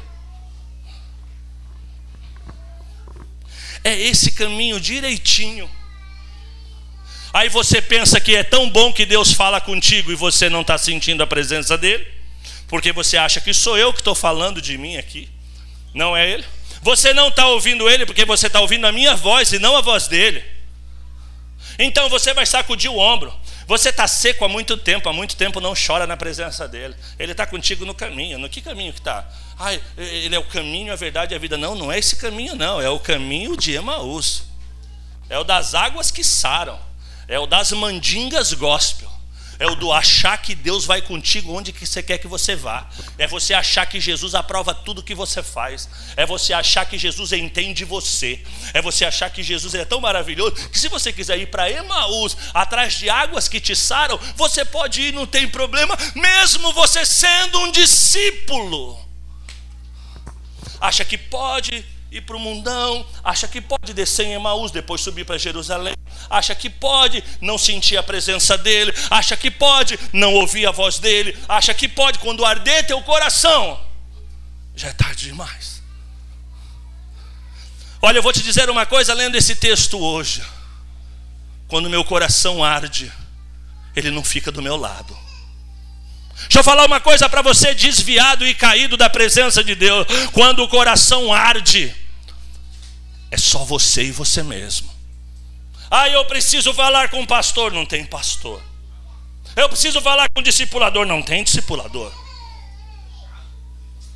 [SPEAKER 1] É esse caminho direitinho. Aí você pensa que é tão bom que Deus fala contigo e você não está sentindo a presença dele, porque você acha que sou eu que estou falando de mim aqui, não é ele. Você não está ouvindo ele porque você está ouvindo a minha voz e não a voz dele. Então você vai sacudir o ombro. Você está seco há muito tempo, há muito tempo não chora na presença dele. Ele está contigo no caminho. No que caminho que está? Ah, ele é o caminho, a verdade e a vida. Não, não é esse caminho não, é o caminho de Emaús. É o das águas que saram. É o das mandingas gospel. É o do achar que Deus vai contigo onde que você quer que você vá. É você achar que Jesus aprova tudo que você faz. É você achar que Jesus entende você. É você achar que Jesus é tão maravilhoso que se você quiser ir para Emaús, atrás de águas que te saram, você pode ir, não tem problema, mesmo você sendo um discípulo. Acha que pode ir para o mundão, acha que pode descer em Emaús, depois subir para Jerusalém, acha que pode não sentir a presença dele, acha que pode não ouvir a voz dele, acha que pode, quando arder teu coração, já é tarde demais. Olha, eu vou te dizer uma coisa lendo esse texto hoje. Quando meu coração arde, ele não fica do meu lado. Deixa eu falar uma coisa para você desviado e caído da presença de Deus. Quando o coração arde, é só você e você mesmo. Ah, eu preciso falar com o pastor. Não tem pastor. Eu preciso falar com o discipulador. Não tem discipulador.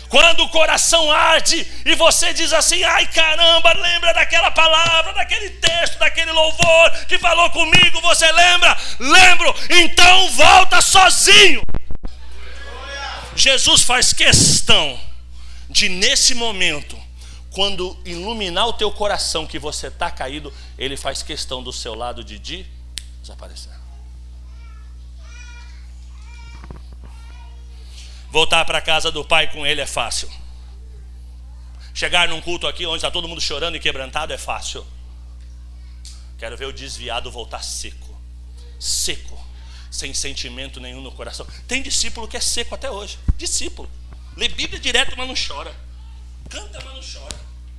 [SPEAKER 1] Quando o coração arde e você diz assim: ai caramba, lembra daquela palavra, daquele texto, daquele louvor que falou comigo, você lembra? Lembro, então volta sozinho. Jesus faz questão de, nesse momento, quando iluminar o teu coração que você está caído, Ele faz questão do seu lado de, de desaparecer. Voltar para a casa do Pai com Ele é fácil. Chegar num culto aqui onde está todo mundo chorando e quebrantado é fácil. Quero ver o desviado voltar seco. Seco. Sem sentimento nenhum no coração. Tem discípulo que é seco até hoje. Discípulo. Lê Bíblia direto, mas não chora. Canta, mas não chora.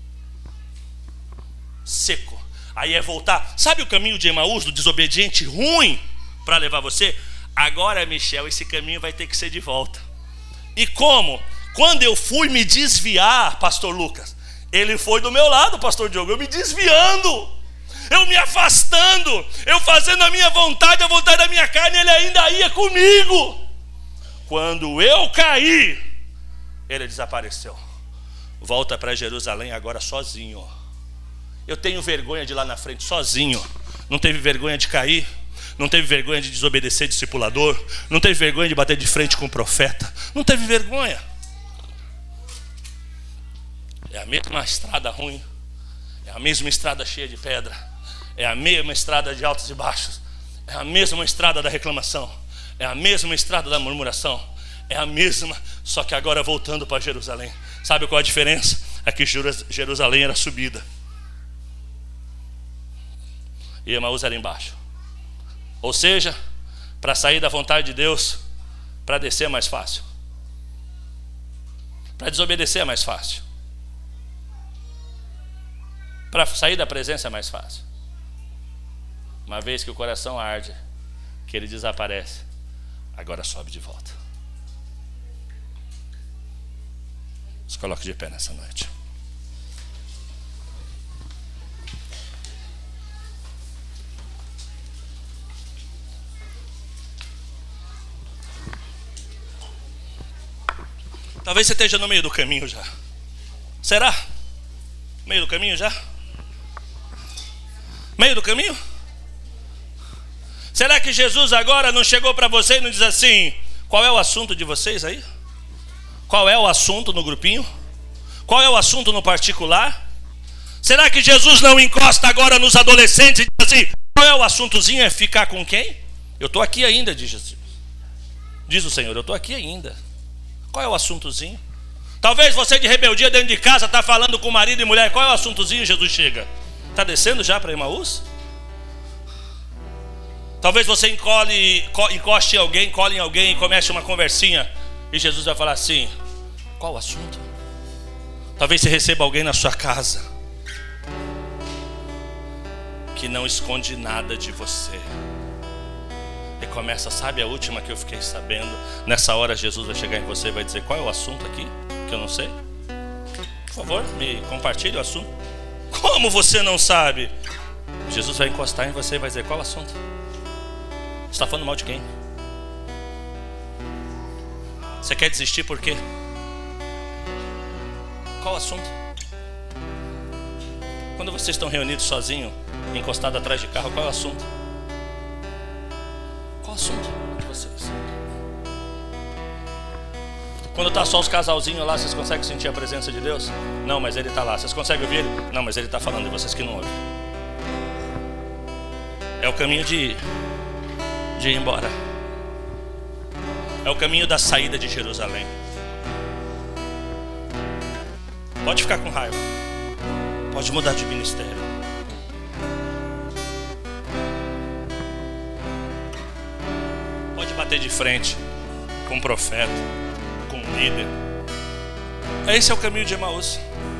[SPEAKER 1] Seco. Aí é voltar. Sabe o caminho de Emaús, do desobediente ruim para levar você? Agora, Michel, esse caminho vai ter que ser de volta. E como? Quando eu fui me desviar, pastor Lucas, ele foi do meu lado, pastor Diogo, eu me desviando, eu me afastando, eu fazendo a minha vontade, a vontade da minha carne, ele ainda ia comigo. Quando eu caí, ele desapareceu. Volta para Jerusalém agora sozinho. Eu tenho vergonha de ir lá na frente sozinho. Não teve vergonha de cair? Não teve vergonha de desobedecer discipulador? Não teve vergonha de bater de frente com o profeta? Não teve vergonha? É a mesma estrada ruim, é a mesma estrada cheia de pedra, é a mesma estrada de altos e baixos, é a mesma estrada da reclamação, é a mesma estrada da murmuração, é a mesma, só que agora voltando para Jerusalém. Sabe qual a diferença? Aqui Jerusalém era subida e Emaús era embaixo. Ou seja, para sair da vontade de Deus, para descer é mais fácil, para desobedecer é mais fácil, para sair da presença é mais fácil. Uma vez que o coração arde, que ele desaparece, agora sobe de volta. Se coloque de pé nessa noite. Talvez você esteja no meio do caminho já. Será? Meio do caminho já? Meio do caminho? Será que Jesus agora não chegou para você e não diz assim: qual é o assunto de vocês aí? Qual é o assunto no grupinho? Qual é o assunto no particular? Será que Jesus não encosta agora nos adolescentes e diz assim: qual é o assuntozinho? É ficar com quem? Eu estou aqui ainda, diz Jesus. Diz o Senhor, eu estou aqui ainda. Qual é o assuntozinho? Talvez você de rebeldia dentro de casa está falando com marido e mulher. Qual é o assuntozinho? Jesus chega. Está descendo já para Emaús? Talvez você encole, encoste em alguém, cole em alguém e comece uma conversinha e Jesus vai falar assim: qual o assunto? Talvez você receba alguém na sua casa que não esconde nada de você. E começa, sabe a última que eu fiquei sabendo? Nessa hora Jesus vai chegar em você e vai dizer: qual é o assunto aqui? Que eu não sei. Por favor, me compartilhe o assunto. Como você não sabe? Jesus vai encostar em você e vai dizer: qual é o assunto? Você está falando mal de quem? Você quer desistir por quê? Qual o assunto? Quando vocês estão reunidos sozinhos, encostados atrás de carro, qual é o assunto? Qual o assunto de vocês? Quando está só os casalzinhos lá, vocês conseguem sentir a presença de Deus? Não, mas Ele está lá. Vocês conseguem ouvir Ele? Não, mas Ele está falando de vocês que não ouvem. É o caminho de, de ir embora. É o caminho da saída de Jerusalém. Pode ficar com raiva. Pode mudar de ministério. Pode bater de frente com um profeta, com um líder. Esse é o caminho de Emaús.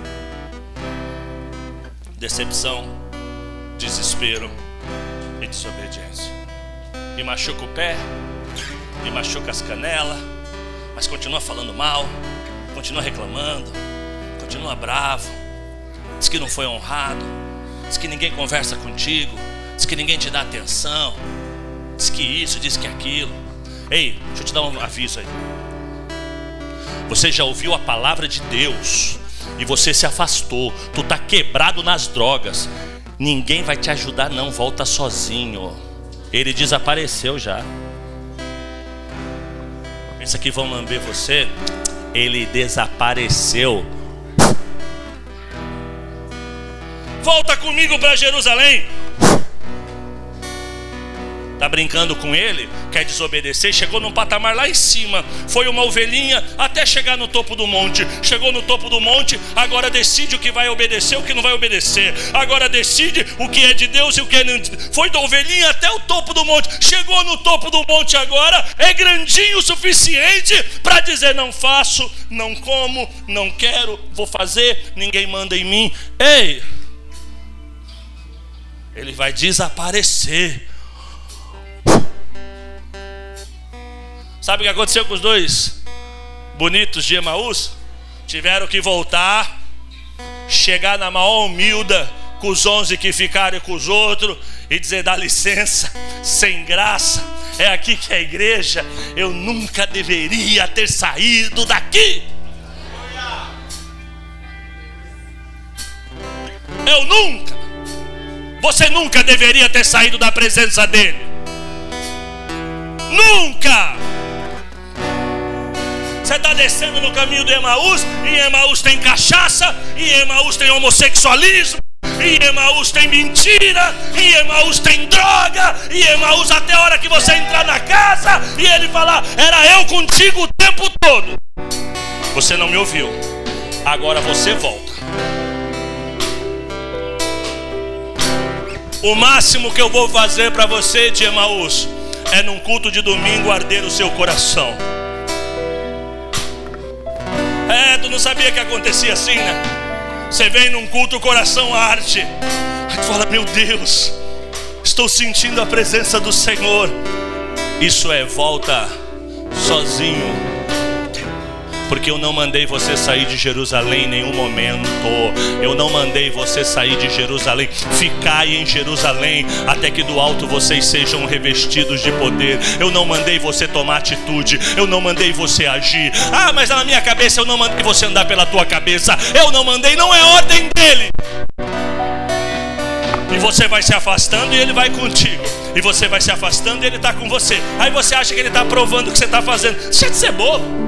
[SPEAKER 1] Decepção, desespero e desobediência. E machuca o pé, e machuca as canelas, mas continua falando mal, continua reclamando, continua bravo, diz que não foi honrado, diz que ninguém conversa contigo, diz que ninguém te dá atenção, diz que isso, diz que aquilo. Ei, deixa eu te dar um aviso aí. Você já ouviu a palavra de Deus e você se afastou. Tu está quebrado nas drogas. Ninguém vai te ajudar não, volta sozinho. Ele desapareceu já. Pensa que vão lamber você? Ele desapareceu. Volta comigo para Jerusalém. Tá brincando com ele? Quer desobedecer? Chegou num patamar lá em cima. Foi uma ovelhinha até chegar no topo do monte. Chegou no topo do monte, agora decide o que vai obedecer, o que não vai obedecer. Agora decide o que é de Deus e o que é... Foi da ovelhinha até o topo do monte. Chegou no topo do monte agora, é grandinho o suficiente para dizer: não faço, não como, não quero, vou fazer, ninguém manda em mim. Ei! Ele vai desaparecer. Sabe o que aconteceu com os dois bonitos de Emaús? Tiveram que voltar, chegar na maior humilda com os onze que ficaram e com os outros e dizer: dá licença, sem graça, é aqui que é a igreja. Eu nunca deveria ter saído daqui. Eu nunca. Você nunca deveria ter saído da presença dele. Nunca. Você está descendo no caminho de Emaús, e em Emaús tem cachaça, e em Emaús tem homossexualismo, e em Emaús tem mentira, e em Emaús tem droga, e em Emaús até a hora que você entrar na casa e ele falar: era eu contigo o tempo todo. Você não me ouviu. Agora você volta. O máximo que eu vou fazer para você de Emaús é num culto de domingo arder o seu coração. É, tu não sabia que acontecia assim, né? Você vem num culto, o coração arde. Aí tu fala: meu Deus, estou sentindo a presença do Senhor. Isso é volta sozinho. Porque eu não mandei você sair de Jerusalém em nenhum momento. Eu não mandei você sair de Jerusalém. Ficai em Jerusalém até que do alto vocês sejam revestidos de poder. Eu não mandei você tomar atitude. Eu não mandei você agir. Ah, mas na minha cabeça eu não mandei você andar pela tua cabeça. Eu não mandei, não é ordem dele. E você vai se afastando e ele vai contigo. E você vai se afastando e ele está com você. Aí você acha que ele está provando o que você está fazendo. Deixa de ser bobo.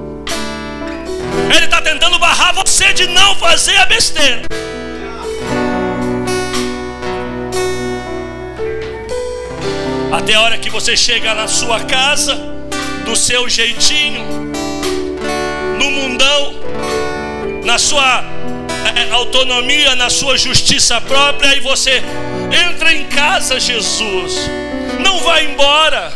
[SPEAKER 1] Ele está tentando barrar você de não fazer a besteira. Até a hora que você chega na sua casa, do seu jeitinho, no mundão, na sua é, autonomia, na sua justiça própria, e você entra em casa. Jesus, não vai embora.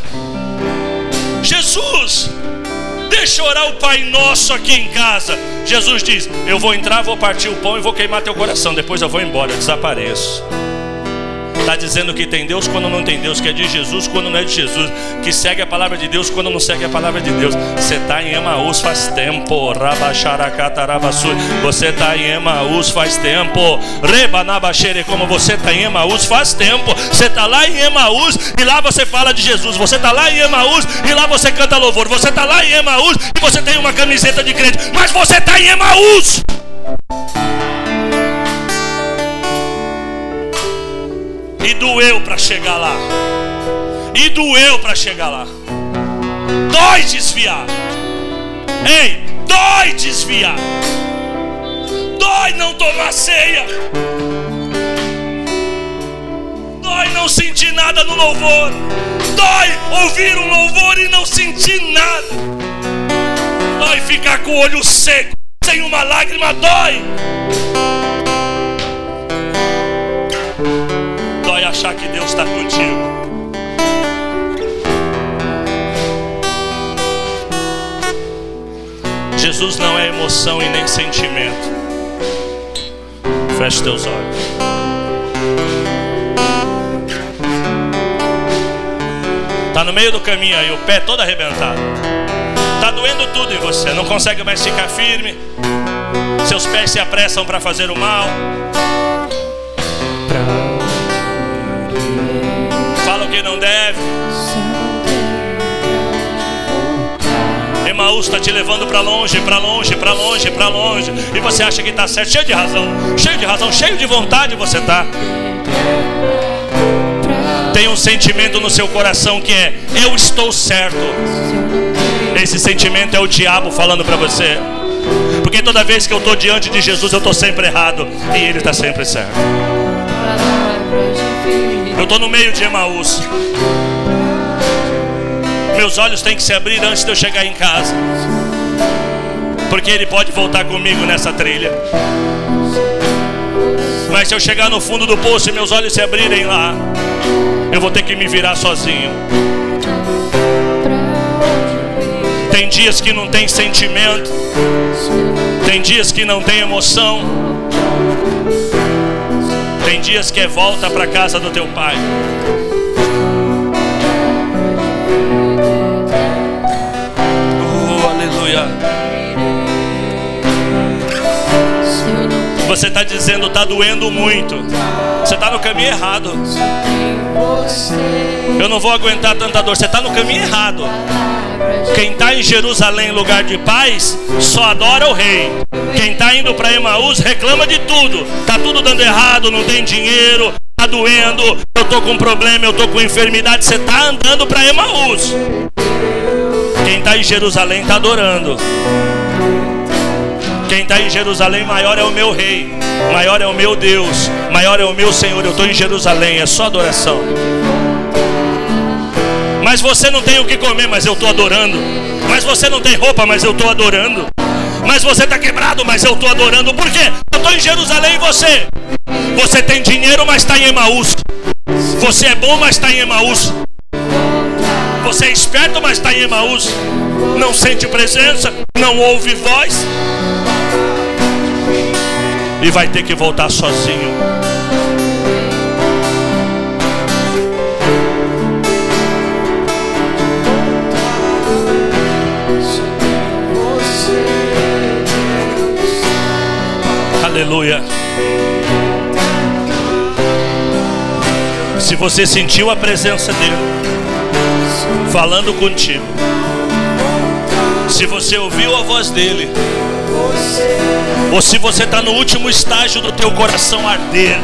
[SPEAKER 1] Jesus, deixa eu orar o Pai Nosso aqui em casa. Jesus diz: eu vou entrar, vou partir o pão e vou queimar teu coração. Depois eu vou embora, eu desapareço. Está dizendo que tem Deus quando não tem Deus, que é de Jesus quando não é de Jesus, que segue a palavra de Deus quando não segue a palavra de Deus. Você está em Emaús faz tempo. Você está em Emaús faz tempo. Como você está em Emaús faz tempo. Você está lá em Emaús e lá você fala de Jesus. Você está lá em Emaús e lá você canta louvor. Você está lá em Emaús e você tem uma camiseta de crente. Mas você está em Emaús. E doeu para chegar lá. E doeu para chegar lá. Dói desviar. Ei, dói desviar. Dói não tomar ceia. Dói não sentir nada no louvor. Dói ouvir um louvor e não sentir nada. Dói ficar com o olho seco, sem uma lágrima. Dói. Dói achar que Deus está contigo. Jesus não é emoção e nem sentimento. Feche teus olhos. Está no meio do caminho aí, o pé todo arrebentado. Está doendo tudo em você, não consegue mais ficar firme. Seus pés se apressam para fazer o mal. Fala o que não deve. Emaús está te levando para longe, para longe, para longe, para longe. E você acha que está certo, cheio de razão, cheio de razão, cheio de vontade você está. Tem um sentimento no seu coração que é: eu estou certo. Esse sentimento é o diabo falando para você. Porque toda vez que eu estou diante de Jesus, eu estou sempre errado e Ele está sempre certo. Eu estou no meio de Emaús. Meus olhos têm que se abrir antes de eu chegar em casa, porque Ele pode voltar comigo nessa trilha. Mas se eu chegar no fundo do poço e meus olhos se abrirem lá, eu vou ter que me virar sozinho. Tem dias que não tem sentimento, tem dias que não tem emoção, tem dias que é volta para casa do teu pai. Oh, aleluia. Você está dizendo: está doendo muito. Você está no caminho errado. Eu não vou aguentar tanta dor. Você está no caminho errado. Quem está em Jerusalém, lugar de paz, só adora o rei. Quem está indo para Emaús reclama de tudo. Está tudo dando errado, não tem dinheiro, está doendo, eu estou com problema, eu estou com enfermidade. Você está andando para Emaús. Quem está em Jerusalém está adorando. Quem está em Jerusalém, maior é o meu rei, maior é o meu Deus, maior é o meu Senhor. Eu estou em Jerusalém, é só adoração. Mas você não tem o que comer, mas eu estou adorando. Mas você não tem roupa, mas eu estou adorando. Mas você está quebrado, mas eu estou adorando. Por quê? Eu estou em Jerusalém e você? Você tem dinheiro, mas está em Emaús. Você é bom, mas está em Emaús. Você é esperto, mas está em Emaús. Não sente presença, não ouve voz. E vai ter que voltar sozinho. Aleluia. Se você sentiu a presença dele falando contigo, se você ouviu a voz dele, ou se você está no último estágio do teu coração arder,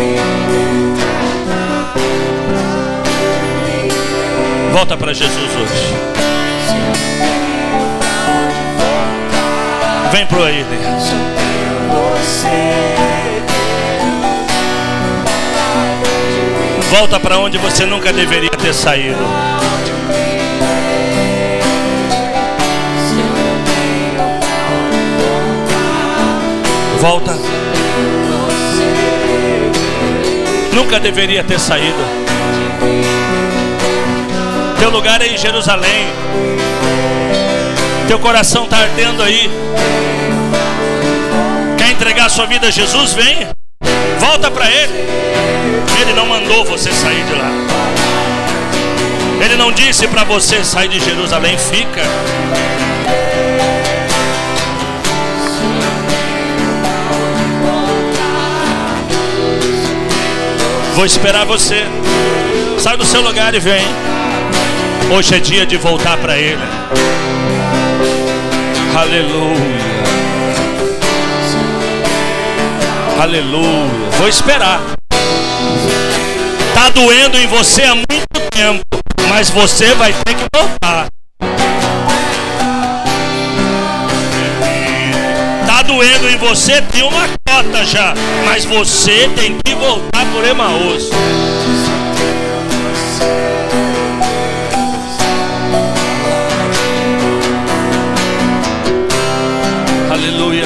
[SPEAKER 1] volta para Jesus hoje. Vem pro Ele. Volta para onde você nunca deveria ter saído. Volta. Nunca deveria ter saído. Teu lugar é em Jerusalém. Teu coração está ardendo aí. Quer entregar sua vida a Jesus? Vem. Volta para Ele. Ele não mandou você sair de lá. Ele não disse para você sair de Jerusalém. Fica. Vou esperar você. Sai do seu lugar e vem. Hoje é dia de voltar para Ele. Aleluia. Aleluia. Vou esperar. Tá doendo em você há muito tempo, mas você vai ter que voltar. Tá doendo em você, tem uma cota já, mas você tem que voltar por Emaús. Aleluia.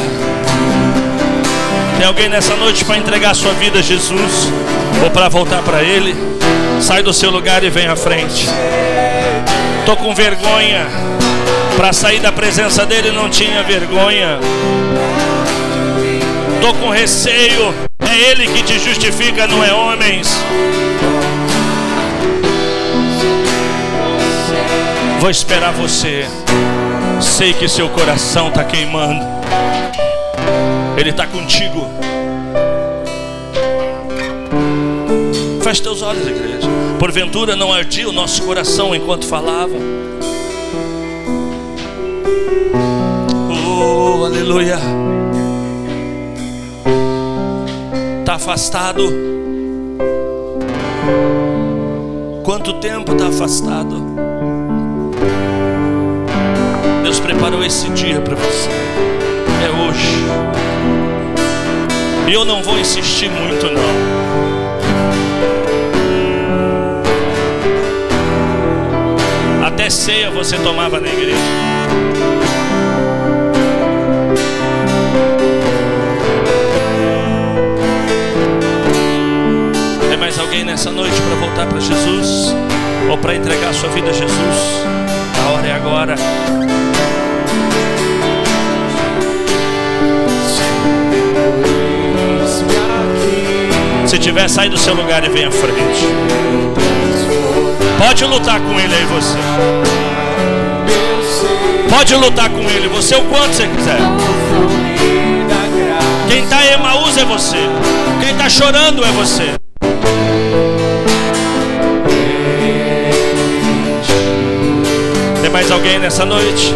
[SPEAKER 1] Tem alguém nessa noite para entregar a sua vida a Jesus ou para voltar para Ele? Sai do seu lugar e vem à frente. Tô com vergonha. Para sair da presença dele não tinha vergonha. Tô com receio. É Ele que te justifica, não é homens. Vou esperar você. Sei que seu coração está queimando. Ele está contigo. Feche teus olhos, igreja. Porventura não ardia o nosso coração enquanto falava? Oh, aleluia. Está afastado? Quanto tempo está afastado? Deus preparou esse dia para você. É hoje. E eu não vou insistir muito não. Até ceia você tomava na igreja. Tem mais alguém nessa noite para voltar para Jesus? Ou para entregar a sua vida a Jesus? A hora é agora. Se tiver, sai do seu lugar e vem à frente. Pode lutar com ele aí você. Pode lutar com ele, você o quanto você quiser. Quem está em Emaús é você. Quem está chorando é você. Tem mais alguém nessa noite?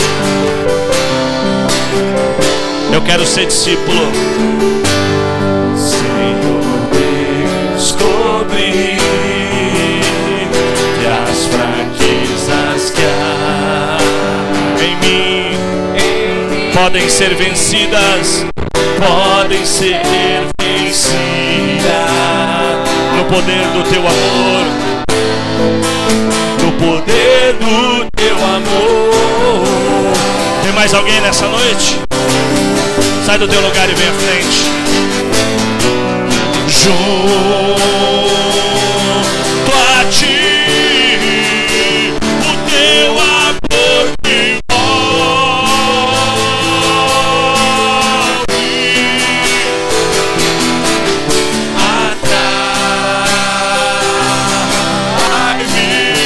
[SPEAKER 1] Eu quero ser discípulo. Senhor Deus, cobre as fraquezas que há em mim, podem ser vencidas, podem ser vencidas no poder do teu amor, no poder do teu amor. Tem mais alguém nessa noite? Sai do teu lugar e vem à frente. Junto a ti, o teu amor me move, atrai-me.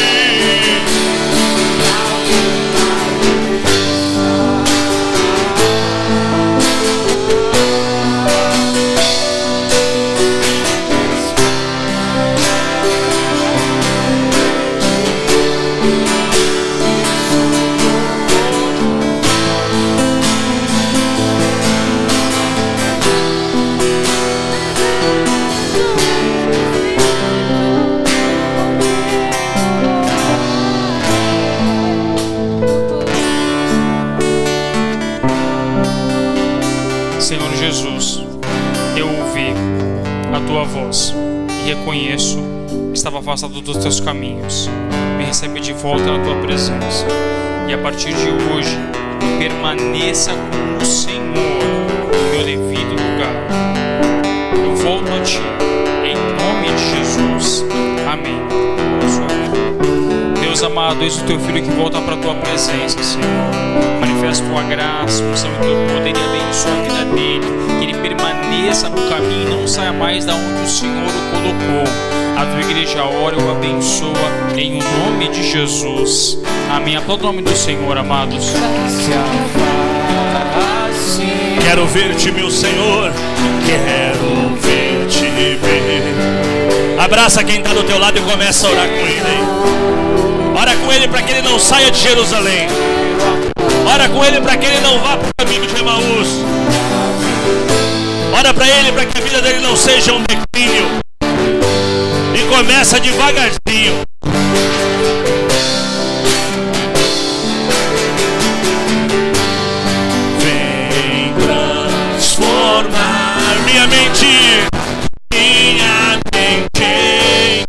[SPEAKER 2] Senhor Jesus, eu ouvi a tua voz e reconheço que estava afastado dos teus caminhos. Me recebe de volta na tua presença e a partir de hoje permaneça com o Senhor no meu devido lugar. Eu volto a ti em nome de Jesus. Amém. Deus amado, eis o teu filho que volta para a tua presença, Senhor. Manifesta tua graça, unção e teu poder e abençoa a vida dele. Que ele permaneça no caminho e não saia mais da onde o Senhor o colocou. A tua igreja ora e o abençoa em nome de Jesus. Amém. Aplauda o nome do Senhor, amados.
[SPEAKER 1] Quero ver-te, meu Senhor. Quero ver-te, ver. Abraça quem está do teu lado e começa a orar com ele aí. Ora com ele para que ele não saia de Jerusalém. Ora com ele para que ele não vá para o caminho de Emaús. Ora para ele para que a vida dele não seja um declínio. E começa devagarzinho. Vem transformar minha mente. Minha mente em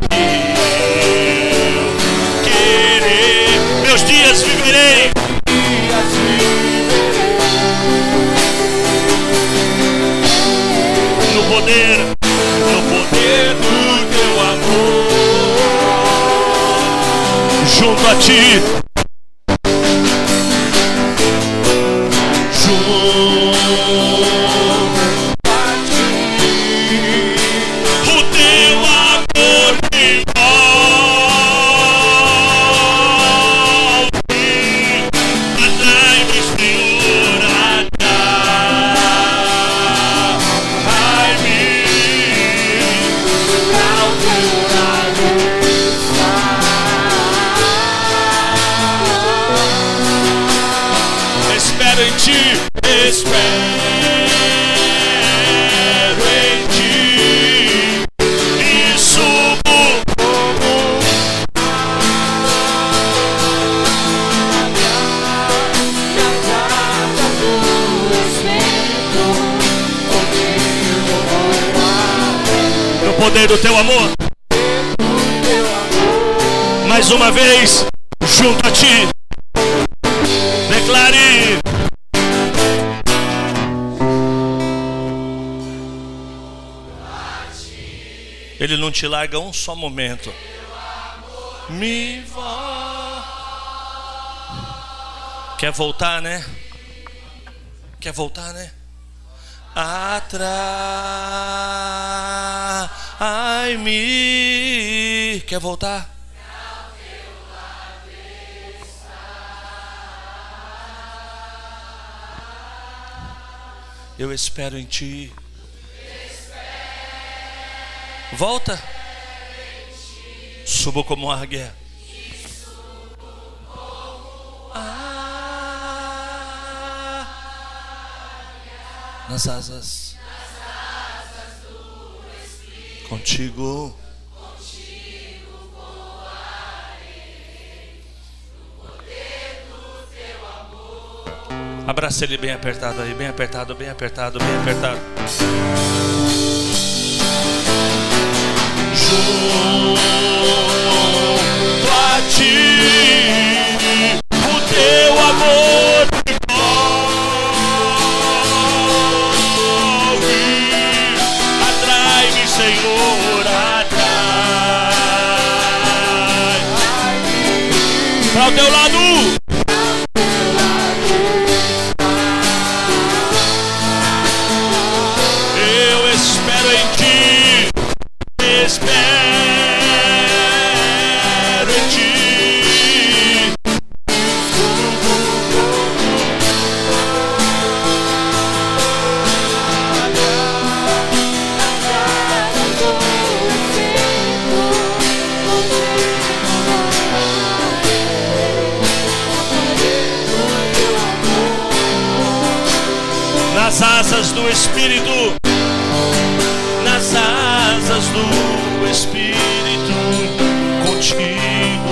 [SPEAKER 1] querer. Meus dias viverei. No poder, no poder do teu amor, junto a ti, junto a ti, o teu amor me move, atrai-me, Senhor, atrai-me. poder do teu amor. Mais uma vez, junto a ti, declare: Ele não te larga um só momento. Me vá. Quer voltar, né? Quer voltar, né? Atrai-me. Quer voltar? Eu espero em ti. Volta. Subo como águia. Ah, nas asas. Contigo. Abraça ele bem apertado aí, bem apertado, bem apertado, bem apertado. Junto a ti, o teu amor me envolve. Atrai-me, Senhor, atrai. Para o teu lado. Nas asas do Espírito, nas asas do Espírito, contigo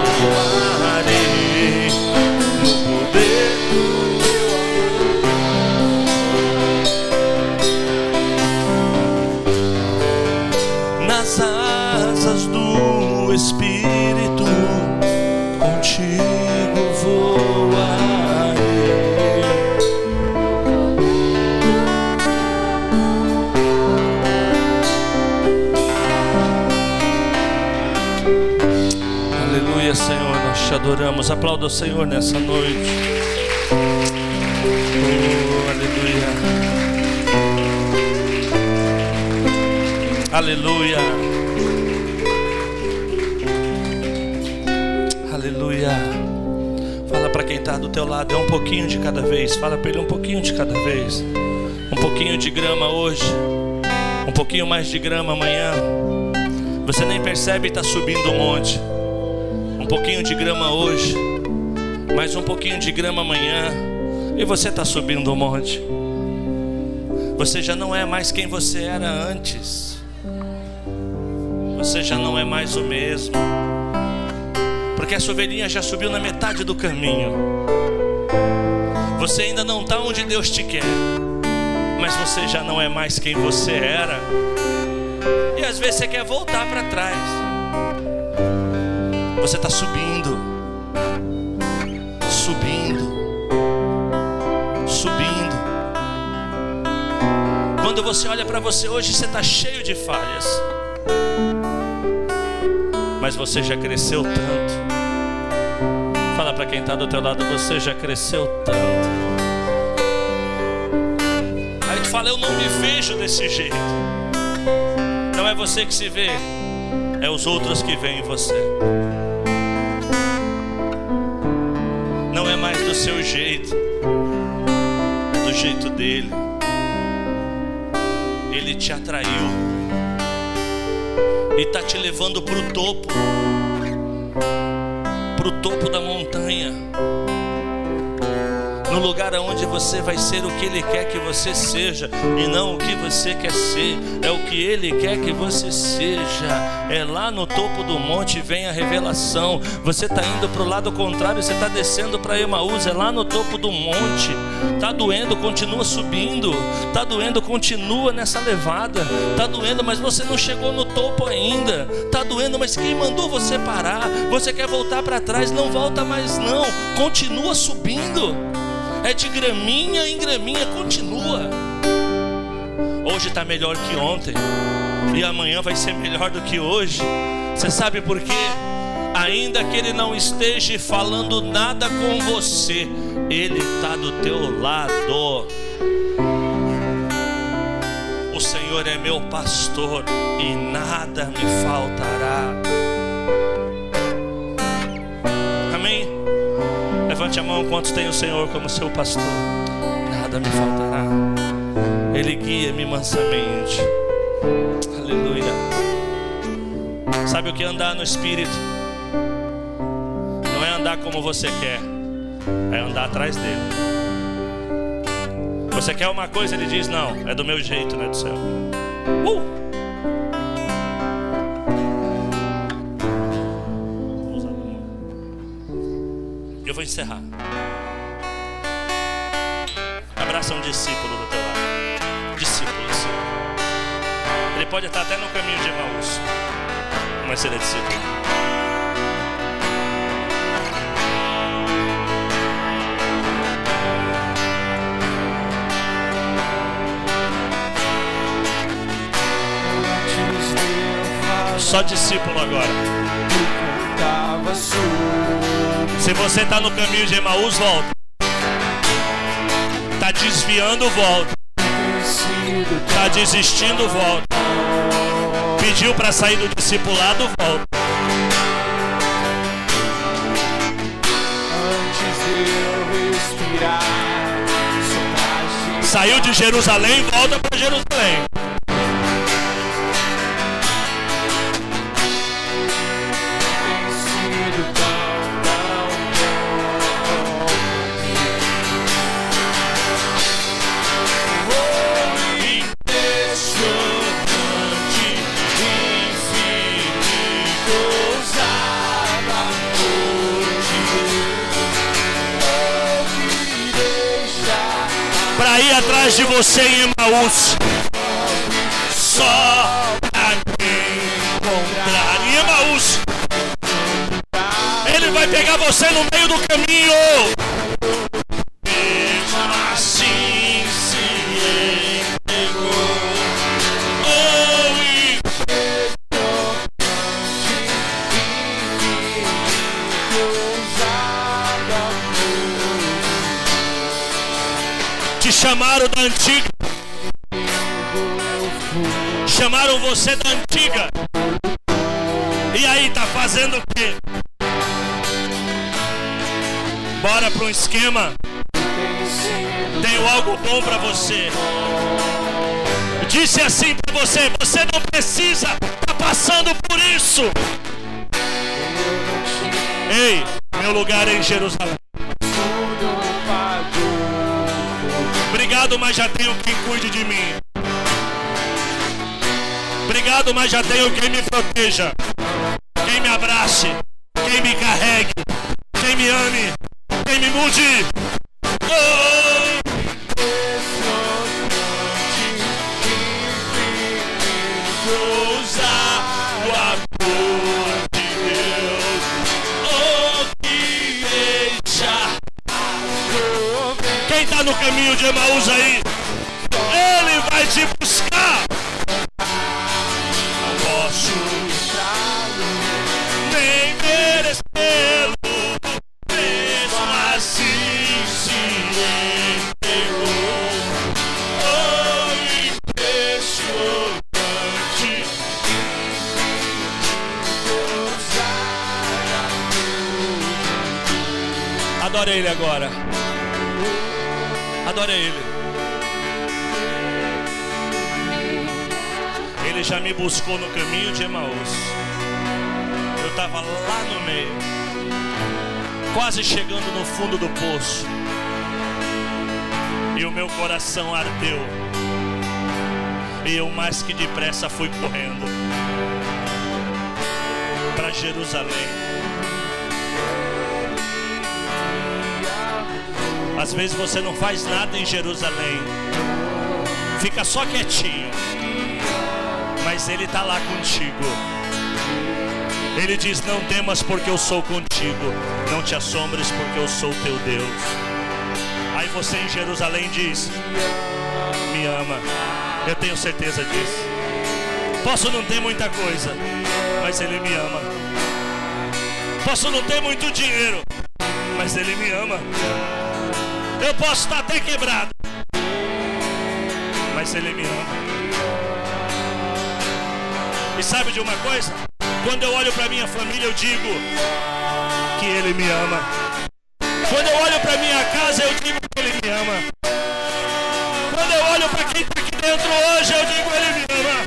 [SPEAKER 1] voarei no poder do teu amor. Nas asas do Espírito, contigo voarei. Senhor, nós te adoramos. Aplauda o Senhor nessa noite. Oh, aleluia. Aleluia. Aleluia. Fala para quem está do teu lado, é um pouquinho de cada vez. Fala para ele um pouquinho de cada vez. Um pouquinho de grama hoje, um pouquinho mais de grama amanhã. Você nem percebe e está subindo um monte. Um pouquinho de grama hoje, mais um pouquinho de grama amanhã, e você está subindo um monte. Você já não é mais quem você era antes. Você já não é mais o mesmo, porque essa ovelhinha já subiu na metade do caminho. Você ainda não está onde Deus te quer, mas você já não é mais quem você era. E às vezes você quer voltar para trás. Você está subindo, subindo, subindo. Quando você olha para você hoje, você está cheio de falhas, mas você já cresceu tanto. Fala para quem está do teu lado, você já cresceu tanto. Aí tu fala, eu não me vejo desse jeito. Não é você que se vê, é os outros que veem em você. Não é mais do seu jeito, é do jeito dele. Ele te atraiu e está te levando para o topo, para o topo da montanha. no lugar onde você vai ser o que Ele quer que você seja, e não o que você quer ser. É o que Ele quer que você seja. É lá no topo do monte vem a revelação. Você está indo para o lado contrário, você está descendo para Emaús. É lá no topo do monte. Está doendo, continua subindo. Está doendo, continua nessa levada. Está doendo, mas você não chegou no topo ainda. Está doendo, mas quem mandou você parar? Você quer voltar para trás? Não volta mais não. Continua subindo. É de graminha em graminha, continua. Hoje está melhor que ontem, e amanhã vai ser melhor do que hoje. Você sabe por quê? Ainda que Ele não esteja falando nada com você, Ele está do teu lado. O Senhor é meu pastor e nada me faltará. Amém? Levante a mão, quantos tem o Senhor como seu pastor? Nada me faltará. Ele guia-me mansamente. Aleluia. Sabe o que é andar no Espírito? Não é andar como você quer, é andar atrás dele. Você quer uma coisa, ele diz: não, é do meu jeito, não é do seu. uh! Eu vou encerrar. Abraça um discípulo do teu lado. Discípulo, discípulo. Ele pode estar até no caminho de Emaús, mas ele é discípulo. Só discípulo agora. Se você está no caminho de Emaús, volta. Está desviando, volta. Está desistindo, volta. Pediu para sair do discipulado, volta. Saiu de Jerusalém, volta para Jerusalém. Para ir atrás de você em Emaús, só pra quem encontrar em Emaús. Ele vai pegar você no meio do caminho. Mesmo assim se entregou. Te chamaram da antiga. Chamaram você da antiga. E aí, tá fazendo o quê? Bora para um esquema. Tenho algo bom para você. Disse assim para você: você não precisa estar passando por isso. Ei, meu lugar é em Jerusalém. Obrigado, mas já tenho quem cuide de mim. Obrigado, mas já tenho quem me proteja, quem me abrace, quem me carregue, quem me ame, quem me mude. Oh! Usar o amor de Deus. Oh, que deixa. Quem está no caminho de Emaús aí, Ele vai te buscar. Não posso nem merecê-lo, mesmo assim se entregou. Oh, impressionante. Adore Ele agora. Adore Ele. Ele já me buscou no caminho de Emaús. Eu estava lá no meio, quase chegando no fundo do poço. e o meu coração ardeu. E eu mais que depressa fui correndo para Jerusalém. Às vezes você não faz nada em Jerusalém, fica só quietinho, mas Ele está lá contigo. Ele diz: não temas porque eu sou contigo, não te assombres porque eu sou teu Deus. Aí você em Jerusalém diz: me ama. Eu tenho certeza disso. Posso não ter muita coisa, mas Ele me ama. Posso não ter muito dinheiro, mas Ele me ama. Eu posso estar até quebrado, mas Ele me ama. E sabe de uma coisa? Quando eu olho para minha família, eu digo que Ele me ama. Quando eu olho para minha casa, eu digo que Ele me ama. Quando eu olho para quem está aqui dentro hoje, eu digo: Ele me ama.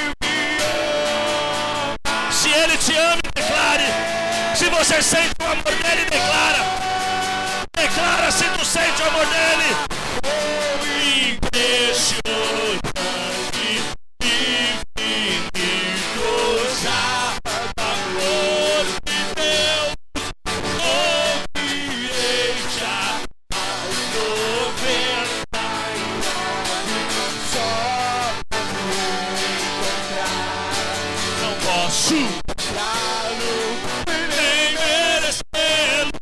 [SPEAKER 1] Se Ele te ama, declare. Se você sente o amor dEle, declara. Declara se tu sente o amor dEle. Oh, impressionante, infinito, já amor de Deus, ouvirei já as novidades, só pra me encontrar. Não posso, claro, nem merecê-lo.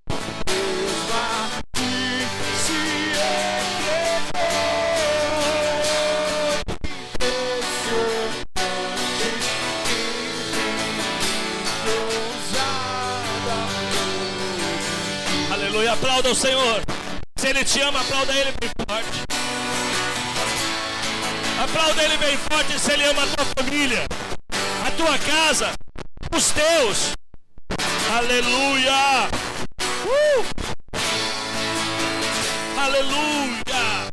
[SPEAKER 1] Aleluia, aplauda o Senhor. Se Ele te ama, aplauda Ele bem forte. Aplauda Ele bem forte se Ele ama a tua família, a tua casa, os teus. Aleluia. Uh! Aleluia.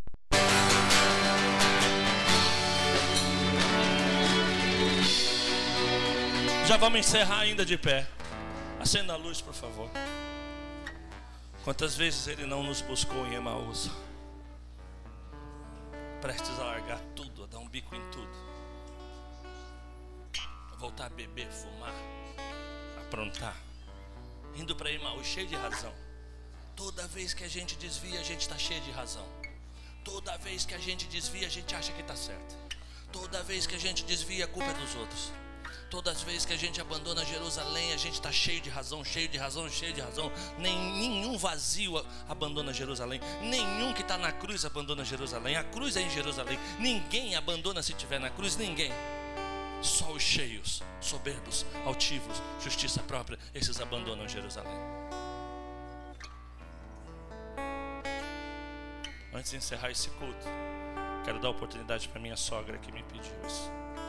[SPEAKER 1] Já vamos encerrar ainda de pé. Acenda a luz, por favor. Quantas vezes Ele não nos buscou em Emaús, prestes a largar tudo, a dar um bico em tudo, a voltar a beber, fumar, aprontar, indo para Emaús cheio de razão. Toda vez que a gente desvia, a gente está cheio de razão. Toda vez que a gente desvia, a gente acha que está certo. Toda vez que a gente desvia, a culpa é dos outros. Todas as vezes que a gente abandona Jerusalém, a gente está cheio de razão, cheio de razão, cheio de razão. Nem, nenhum vazio abandona Jerusalém. Nenhum que está na cruz abandona Jerusalém. A cruz é em Jerusalém. Ninguém abandona se estiver na cruz, ninguém. Só os cheios, soberbos, altivos, justiça própria, esses abandonam Jerusalém. Antes de encerrar esse culto, quero dar oportunidade para minha sogra que me pediu isso.